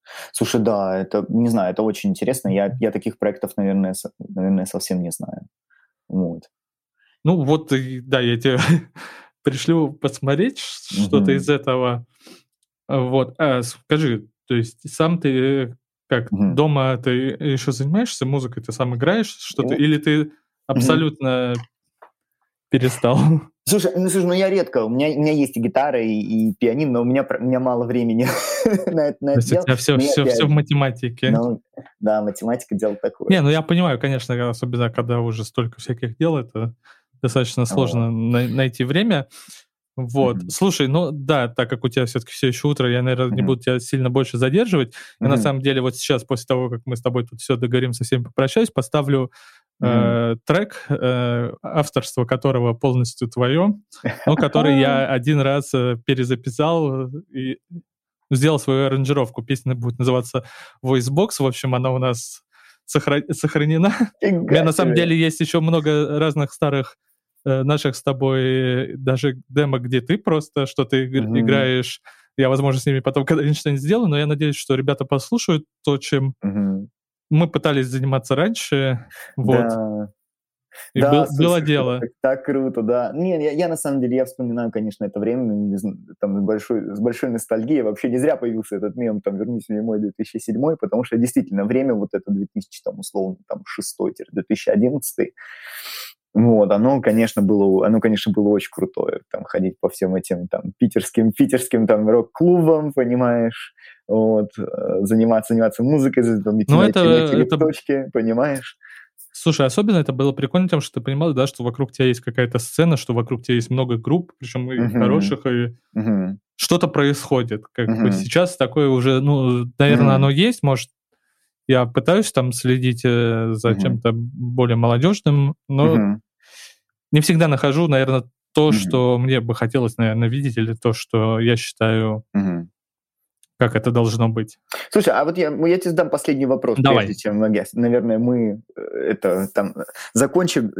Слушай, да, это, не знаю, это очень интересно. Я таких проектов, наверное, совсем не знаю. Вот. Ну вот, да, я тебе пришлю посмотреть что-то из Мгм. этого. Вот. А скажи, то есть сам ты как Мгм. дома ты еще занимаешься музыкой, ты сам играешь что-то, Ну, или ты мгм. абсолютно перестал? Слушай, ну я редко. У меня есть и гитара, и пианино, но у меня мало времени на То это есть у дело. тебя все, Но я все, все в опять же, математике. ну да, математика — дело такое. Не, ну я понимаю, конечно, особенно когда уже столько всяких дел, это достаточно Вот. сложно найти время. Вот. Мгм. Слушай, ну да, так как у тебя все-таки все еще утро, я, наверное, не Мгм. буду тебя сильно больше задерживать. Я на Мгм. самом деле вот сейчас, после того, как мы с тобой тут все договорим, со всеми попрощаюсь, поставлю Мгм. трек, авторство которого полностью твое, но который я один раз перезаписал и сделал свою аранжировку. Песня будет называться Voicebox. В общем, она у нас сохранена. У меня Фига на самом себе. деле есть еще много разных старых наших с тобой даже демок, где ты просто что-то Мгм. играешь. Я, возможно, с ними потом когда-нибудь что-нибудь сделаю, но я надеюсь, что ребята послушают то, чем Мгм. мы пытались заниматься раньше. Вот. Да. И Да, было слушай, дело. так круто, да. Не, я на самом деле, я вспоминаю, конечно, это время, ну, там, с большой ностальгией. Вообще не зря появился этот мем, там, «Вернись мне мой 2007», потому что действительно время вот это 2000, там, условно, там, 6-2011, вот, оно, конечно, было очень крутое, там, ходить по всем этим, там, питерским, там, рок-клубам, понимаешь, вот, заниматься музыкой, там, идти Но на это, эти это лифточки, понимаешь. Слушай, особенно это было прикольно тем, что ты понимал, да, что вокруг тебя есть какая-то сцена, что вокруг тебя есть много групп, причем и Мгм. хороших, и Мгм. что-то происходит. Как бы Мгм. сейчас такое уже, ну, наверное, Мгм. оно есть, может, я пытаюсь там следить за Мгм. чем-то более молодежным, но Мгм. не всегда нахожу, наверное, то, Мгм. что мне бы хотелось, наверное, видеть, или то, что я считаю, Мгм. как это должно быть. Слушай, а вот я тебе задам последний вопрос, прежде Давай, чем, наверное, мы это там закончим.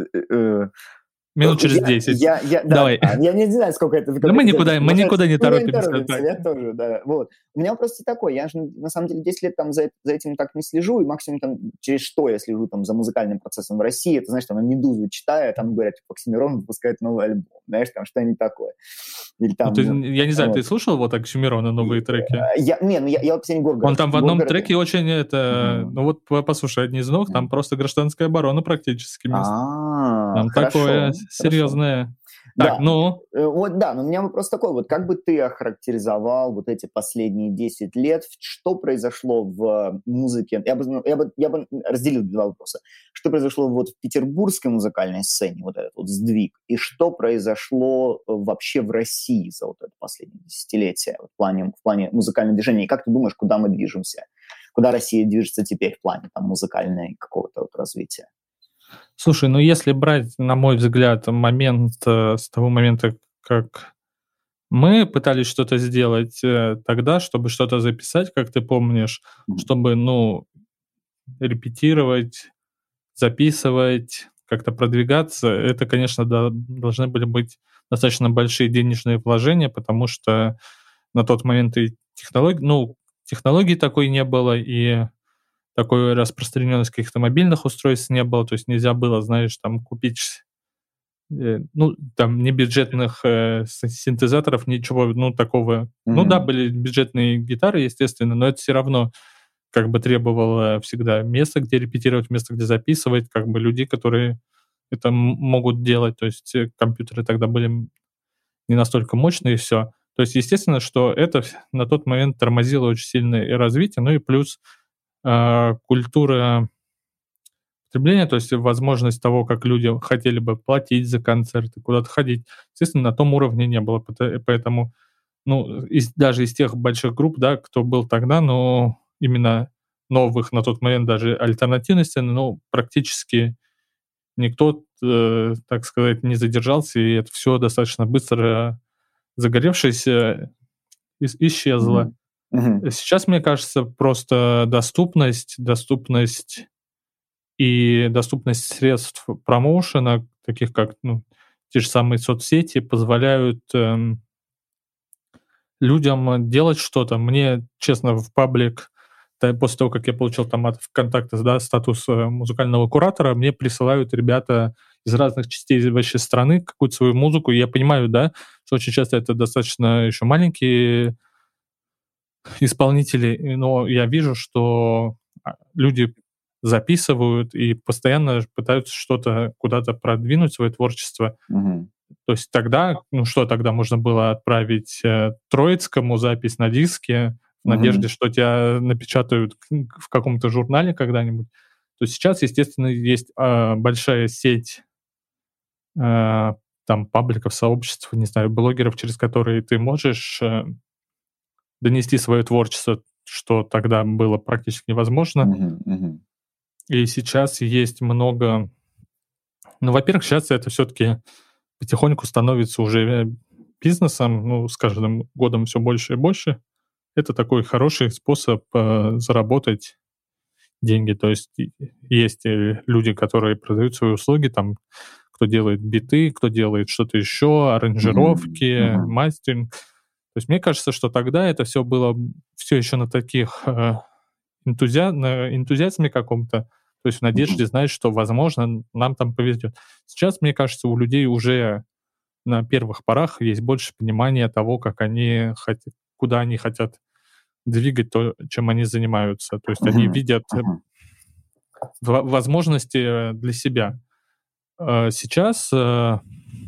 минут через Я, 10. да, Давай. я не знаю, Да сколько это запись мы продолжается. никуда не Мы не торопимся. торопимся, Так. я тоже, да. Вот. У меня вопрос такой, я же на самом деле 10 лет там за этим так не слежу, и максимум там через что я слежу там за музыкальным процессом в России, это, знаешь, там на «Медузу» читаю, там говорят, типа, Оксимирон выпускает новый альбом, знаешь, там что-нибудь такое. Или Ну, там, я не знаю, вот. ты слушал вот Оксимирона новые треки? Я вот последний Он там в одном Горгород. треке очень это, Мгм. ну вот послушай, одни из новых, там Мгм. просто гражданская оборона практически место. Там такое Хорошо, хорошо. серьезное. Так, Да, ну, вот да, но у меня вопрос такой, вот как бы ты охарактеризовал вот эти последние 10 лет, что произошло в музыке? Я бы разделил два вопроса. Что произошло вот в петербургской музыкальной сцене, вот этот вот сдвиг, и что произошло вообще в России за вот это последнее десятилетие в плане музыкального движения? И как ты думаешь, куда мы движемся? Куда Россия движется теперь в плане там музыкальной какого-то вот развития? слушай, ну если брать, на мой взгляд, момент с того момента, как мы пытались что-то сделать тогда, чтобы что-то записать, как ты помнишь, Мгм. чтобы, ну, репетировать, записывать, как-то продвигаться, это, конечно, должны были быть достаточно большие денежные вложения, потому что на тот момент и технологий такой не было, и такой распространенности каких-то мобильных устройств не было. То есть нельзя было, знаешь, там купить, ну, там, не бюджетных синтезаторов, ничего, ну, такого. Ну да, Мгм. были бюджетные гитары, естественно, но это все равно как бы требовало всегда места, где репетировать, места, где записывать, как бы людей, которые это могут делать. То есть компьютеры тогда были не настолько мощные, и все. То есть, естественно, что это на тот момент тормозило очень сильно и развитие, ну и плюс культура потребления, то есть возможность того, как люди хотели бы платить за концерты, куда-то ходить, естественно, на том уровне не было. Поэтому, ну, даже из тех больших групп, да, кто был тогда, но именно новых на тот момент даже альтернативной сцены, ну, практически никто, так сказать, не задержался, и это все достаточно быстро загоревшись, исчезло. Мгм. Мгм. Сейчас, мне кажется, просто доступность средств промоушена, таких как, ну, те же самые соцсети, позволяют, людям делать что-то. Мне, честно, в паблик после того, как я получил там от ВКонтакте, да, статус музыкального куратора, мне присылают ребята из разных частей вообще страны какую-то свою музыку. И я понимаю, да, что очень часто это достаточно еще маленькие исполнители, но я вижу, что люди записывают и постоянно пытаются что-то куда-то продвинуть, свое творчество. То есть тогда, что тогда можно было отправить Троицкому запись на диске в надежде, что тебя напечатают в каком-то журнале когда-нибудь. То сейчас, естественно, есть большая сеть там пабликов, сообществ, не знаю, блогеров, через которые ты можешь донести свое творчество, что тогда было практически невозможно. И сейчас есть много... Ну, во-первых, сейчас это все-таки потихоньку становится уже бизнесом, с каждым годом все больше и больше. Это такой хороший способ заработать деньги. То есть есть люди, которые продают свои услуги, там, кто делает биты, кто делает что-то еще, аранжировки, мастеринг. То есть мне кажется, что тогда это все было все еще на таких на энтузиазме каком-то, то есть в надежде, знаешь, что, возможно, нам там повезет. Сейчас, мне кажется, у людей уже на первых порах есть больше понимания того, как они хотят, куда они хотят двигать то, чем они занимаются. То есть они видят возможности для себя. Сейчас то,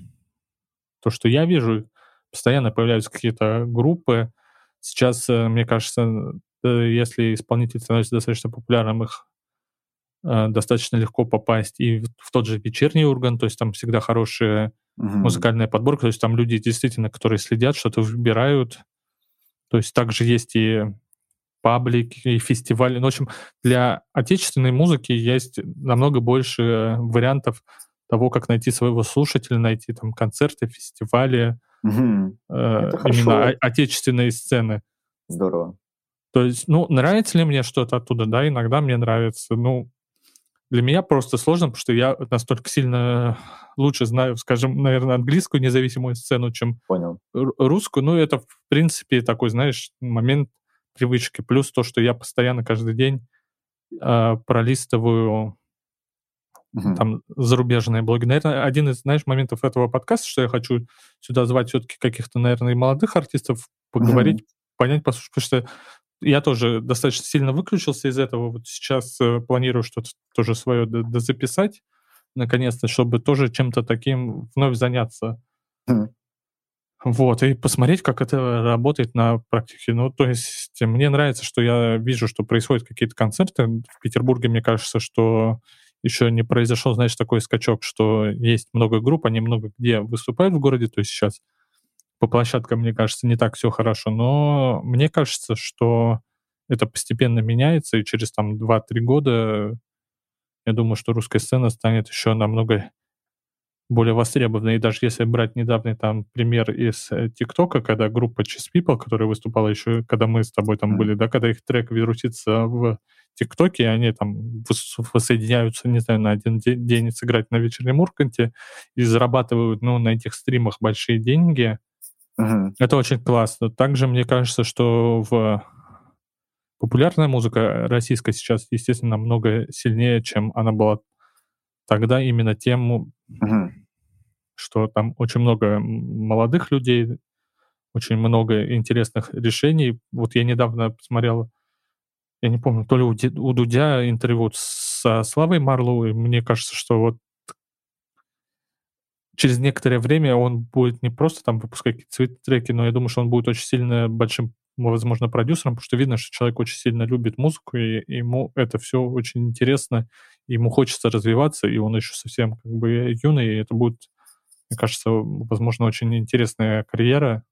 что я вижу, постоянно появляются какие-то группы. Сейчас, мне кажется, если исполнитель становится достаточно популярным, их достаточно легко попасть и в тот же вечерний Ургант, то есть там всегда хорошая музыкальная подборка, то есть там люди действительно, которые следят, что-то выбирают. То есть также есть и паблики, и фестивали. Ну, в общем, для отечественной музыки есть намного больше вариантов того, как найти своего слушателя, найти там концерты, фестивали, именно отечественные сцены. Здорово. То есть, нравится ли мне что-то оттуда? Да, иногда мне нравится. Для меня просто сложно, потому что я настолько сильно лучше знаю, скажем, наверное, английскую независимую сцену, чем русскую. Это, в принципе, такой, знаешь, момент привычки. Плюс то, что я постоянно каждый день пролистываю там зарубежные блоги. Наверное, один из, знаешь, моментов этого подкаста, что я хочу сюда звать все-таки каких-то, наверное, и молодых артистов, поговорить, понять, послушать, потому что я тоже достаточно сильно выключился из этого. Вот сейчас планирую что-то тоже свое дозаписать, наконец-то, чтобы тоже чем-то таким вновь заняться. Вот, и посмотреть, как это работает на практике. То есть мне нравится, что я вижу, что происходят какие-то концерты. В Петербурге, мне кажется, что еще не произошел, знаешь, такой скачок, что есть много групп, они много где выступают в городе, то есть сейчас по площадкам, мне кажется, не так все хорошо, но мне кажется, что это постепенно меняется, и через там 2-3 года, я думаю, что русская сцена станет еще намного более востребованной. И даже если брать недавний там пример из ТикТока, когда группа Cheese People, которая выступала еще, когда мы с тобой там были, да, когда их трек вирусится в ТикТоке, они там воссоединяются, не знаю, на один день сыграть на вечернем Урганте и зарабатывают, на этих стримах большие деньги. Это очень классно. Также мне кажется, что популярная музыка российская сейчас, естественно, намного сильнее, чем она была тогда, именно тем, что там очень много молодых людей, очень много интересных решений. Вот я недавно посмотрел, я не помню, то ли у Дудя интервью со Славой Марлоу, и мне кажется, что вот через некоторое время он будет не просто там выпускать какие-то свои треки, но я думаю, что он будет очень сильно большим, возможно, продюсером, потому что видно, что человек очень сильно любит музыку, и ему это все очень интересно, ему хочется развиваться, и он еще совсем как бы юный, и это будет, мне кажется, возможно, очень интересная карьера.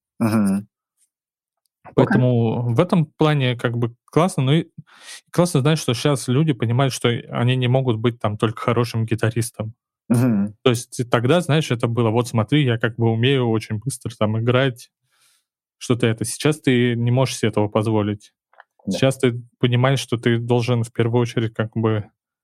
Поэтому в этом плане как бы классно. Ну и классно, знаешь, что сейчас люди понимают, что они не могут быть там только хорошим гитаристом. То есть тогда, знаешь, это было, вот смотри, я как бы умею очень быстро там играть, что-то это. Сейчас ты не можешь себе этого позволить. Да. Сейчас ты понимаешь, что ты должен в первую очередь как бы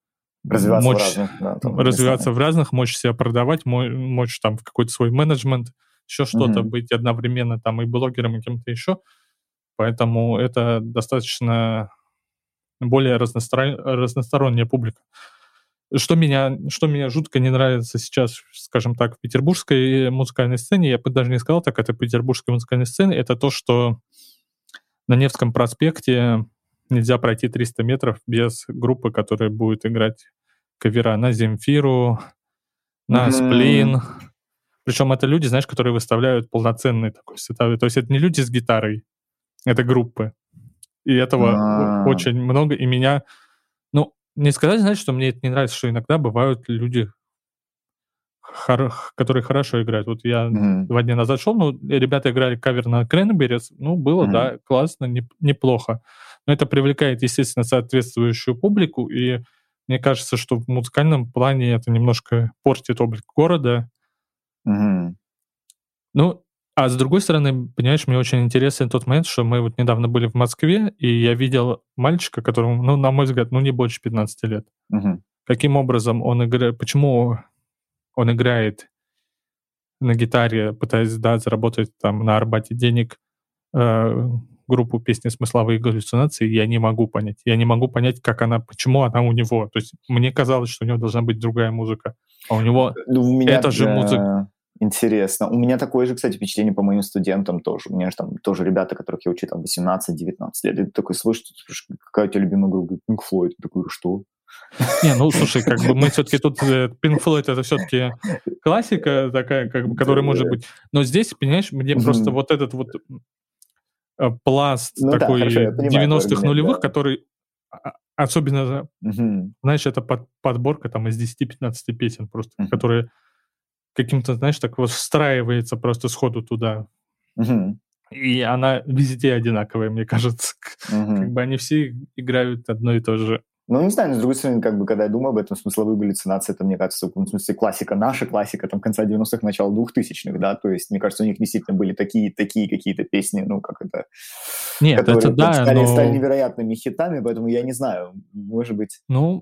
развиваться в разных, мочь себя продавать, мочь там в какой-то свой менеджмент, еще что-то, быть одновременно там и блогером, и кем-то еще. Поэтому это достаточно более разносторонняя публика. Что меня жутко не нравится сейчас, скажем так, в петербургской музыкальной сцене, я бы даже не сказал так, это петербургской музыкальной сцены, это то, что на Невском проспекте нельзя пройти 300 метров без группы, которая будет играть кавера на Земфиру, на Сплин. Причем это люди, знаешь, которые выставляют полноценный такой сетап. То есть это не люди с гитарой, это группы. И этого очень много. И меня... Ну, не сказать, знаешь, что мне это не нравится, что иногда бывают люди, которые хорошо играют. Вот я 2 дня назад шел, ребята играли кавер на Cranberries, было, да, классно, неплохо. Но это привлекает, естественно, соответствующую публику, и мне кажется, что в музыкальном плане это немножко портит облик города. Ну, а с другой стороны, понимаешь, мне очень интересен тот момент, что мы вот недавно были в Москве, и я видел мальчика, которому, на мой взгляд, не больше 15 лет. Каким образом он играет, почему он играет на гитаре, пытаясь, да, заработать там на Арбате денег, группу «Песни смысловые галлюцинации», я не могу понять. Я не могу понять, почему она у него. То есть мне казалось, что у него должна быть другая музыка, а у него эта же музыка. Интересно. У меня такое же, кстати, впечатление по моим студентам тоже. У меня же там тоже ребята, которых я учу, там 18-19 лет. И ты такой слушаешь, какая у тебя любимая группа? Pink Floyd. Ты такой, что? Не, слушай, мы все-таки тут... Pink Floyd — это все-таки классика такая, которая может быть... Но здесь, понимаешь, мне просто вот этот вот пласт такой 90-х нулевых, который... Особенно, знаешь, это подборка там из 10-15 песен просто, которые каким-то, знаешь, так вот встраивается просто сходу туда. И она везде одинаковая, мне кажется. Как бы они все играют одно и то же. Не знаю, но с другой стороны, как бы, когда я думаю об этом, смысловые галлюцинации, это, мне кажется, в смысле, наша классика, там, конца 90-х, начала 2000-х, да, то есть, мне кажется, у них действительно были такие какие-то песни, Нет, которые это да, стали невероятными хитами, поэтому я не знаю, может быть...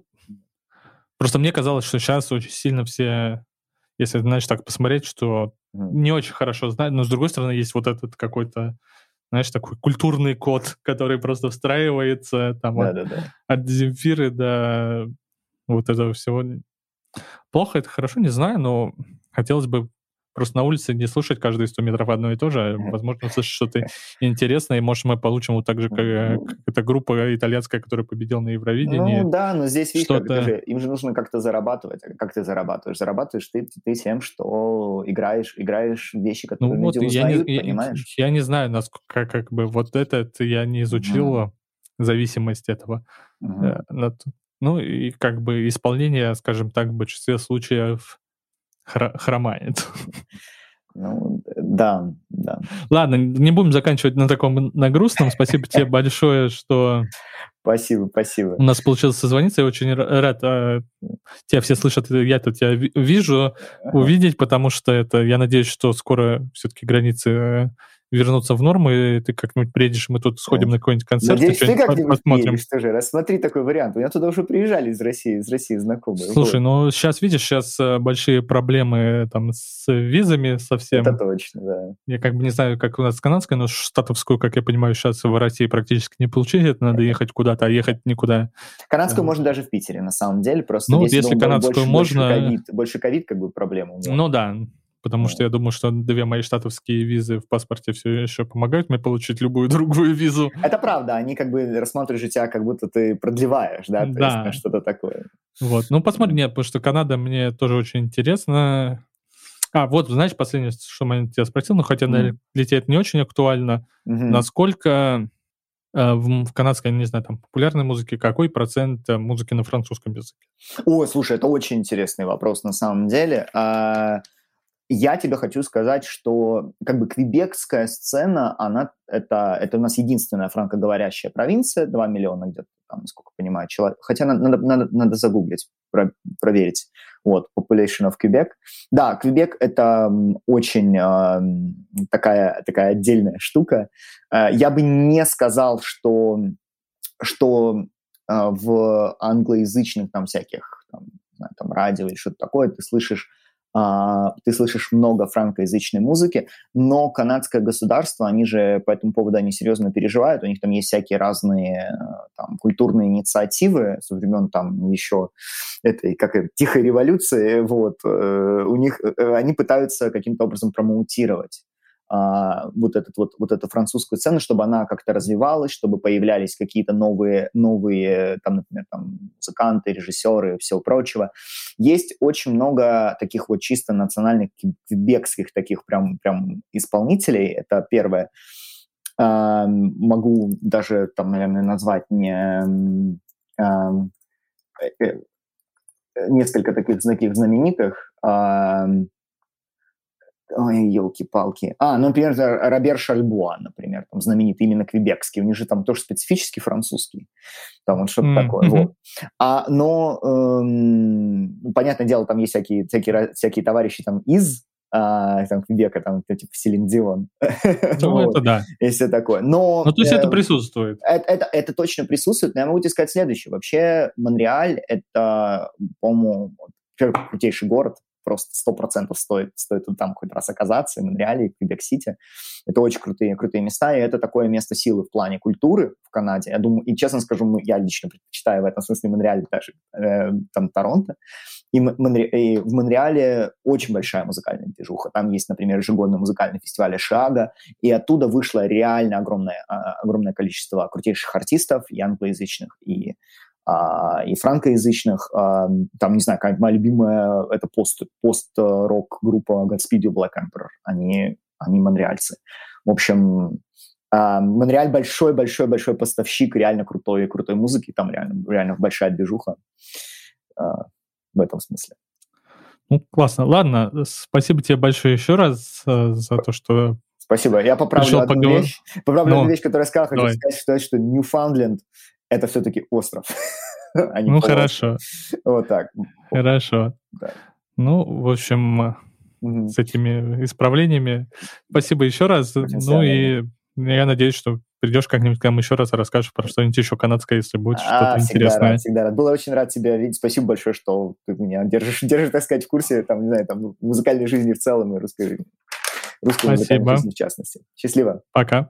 просто мне казалось, что сейчас очень сильно все, если, знаешь, так посмотреть, что не очень хорошо знают, но, с другой стороны, есть вот этот какой-то, знаешь, такой культурный код, который просто встраивается там от Земфиры до вот этого всего. Плохо это, хорошо, не знаю, но хотелось бы просто на улице не слушать каждые 100 метров одно и то же, а, возможно, слышать что-то интересное, и, может, мы получим вот так же, как эта группа итальянская, которая победила на Евровидении. Но здесь, видишь, им же нужно как-то зарабатывать. Как ты зарабатываешь? Зарабатываешь ты тем, что играешь вещи, которые люди узнают, понимаешь? Я не знаю, насколько, как бы, вот этот я не изучил зависимость этого. И как бы исполнение, скажем так, в большинстве случаев хромает. Да. Ладно, не будем заканчивать на таком на грустном. Спасибо тебе большое, что... Спасибо. У нас получилось созвониться. Я очень рад. Тебя все слышат, я тут тебя вижу, увидеть, потому что я надеюсь, что скоро все-таки границы вернуться в норму, и ты как-нибудь приедешь, мы тут сходим на какой-нибудь концерт. Надеюсь, ты как-нибудь приедешь тоже. Рассмотри такой вариант. У меня туда уже приезжали из России знакомые. Слушай, сейчас большие проблемы там с визами совсем. Это точно, да. Я как бы не знаю, как у нас с канадской, но штатовскую, как я понимаю, сейчас в России практически не получить. Это надо ехать куда-то, а ехать никуда. Канадскую можно даже в Питере, на самом деле. Просто если канадскую можно... Больше ковид, как бы, проблема. Да. Потому что я думаю, что 2 мои штатовские визы в паспорте все еще помогают мне получить любую другую визу. Это правда, они как бы рассматривают тебя, как будто ты продлеваешь, да? То есть что-то такое. Вот, посмотри, нет, потому что Канада мне тоже очень интересна. Знаешь, последнее, что я тебя спросил, хотя лететь не очень актуально, насколько в канадской, не знаю, там, популярной музыке, какой процент музыки на французском языке? Ой, слушай, это очень интересный вопрос на самом деле. Я тебе хочу сказать, что как бы квебекская сцена, это у нас единственная франкоговорящая провинция, 2 миллиона где-то, там, насколько понимаю, человек. Хотя надо загуглить, проверить. Вот, population of Quebec. Да, Квебек — это очень такая отдельная штука. Я бы не сказал, что в англоязычных там всяких там радио или что-то такое ты слышишь ты слышишь много франкоязычной музыки, но канадское государство, они же по этому поводу они серьезно переживают, у них там есть всякие разные там, культурные инициативы со времен там еще этой, тихой революции, вот, у них, они пытаются каким-то образом промоутировать вот эту французскую сцену, чтобы она как-то развивалась, чтобы появлялись какие-то новые там, например, там, музыканты, режиссеры и всего прочего. Есть очень много таких вот чисто национальных квебекских таких прям исполнителей. Это первое. Могу даже там, наверное, назвать несколько таких знаменитых. Ой, елки-палки. Например, Робер Шальбуа, например, там знаменитый именно квебекский. У них же там тоже специфический французский. Там вот что-то такое. Вот. Но, понятное дело, там есть всякие товарищи там из там, Квебека, там, типа Селин Дион. Это да. И все такое. Но то есть это присутствует. Это точно присутствует, но я могу тебе сказать следующее. Вообще Монреаль — это, по-моему, крутейший город. Просто 100% стоит там хоть раз оказаться, в Монреале, в Квебек-Сити. Это очень крутые места, и это такое место силы в плане культуры в Канаде. Я думаю, и честно скажу, я лично предпочитаю в этом смысле Монреаль даже там Торонто. И в Монреале очень большая музыкальная движуха. Там есть, например, ежегодный музыкальный фестиваль «Шага», и оттуда вышло реально огромное количество крутейших артистов, и англоязычных, и франкоязычных. Там, не знаю, моя любимая — это пост-рок группа Godspeed You Black Emperor. Они монреальцы. В общем, Монреаль большой поставщик реально крутой музыки. Там реально большая движуха в этом смысле. Ну, классно. Ладно, спасибо тебе большое еще раз за то, что... Спасибо. Я поправлю одну вещь, которую я сказал. Хочу сказать, что Ньюфаундленд — это все-таки остров. Хорошо. Вот так. Хорошо. Да. Ну, в общем, с этими исправлениями спасибо еще раз. И я надеюсь, что придешь как-нибудь к нам еще раз и расскажешь про что-нибудь еще канадское, если будет что-то интересное. Всегда рад. Было очень рад тебя видеть. Спасибо большое, что ты меня держишь, так сказать, в курсе, там, не знаю, там, музыкальной жизни в целом и русской музыкальной жизни в частности. Счастливо. Пока.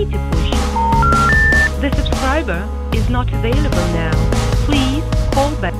Позвоните позже. The subscriber is not available now. Please call back.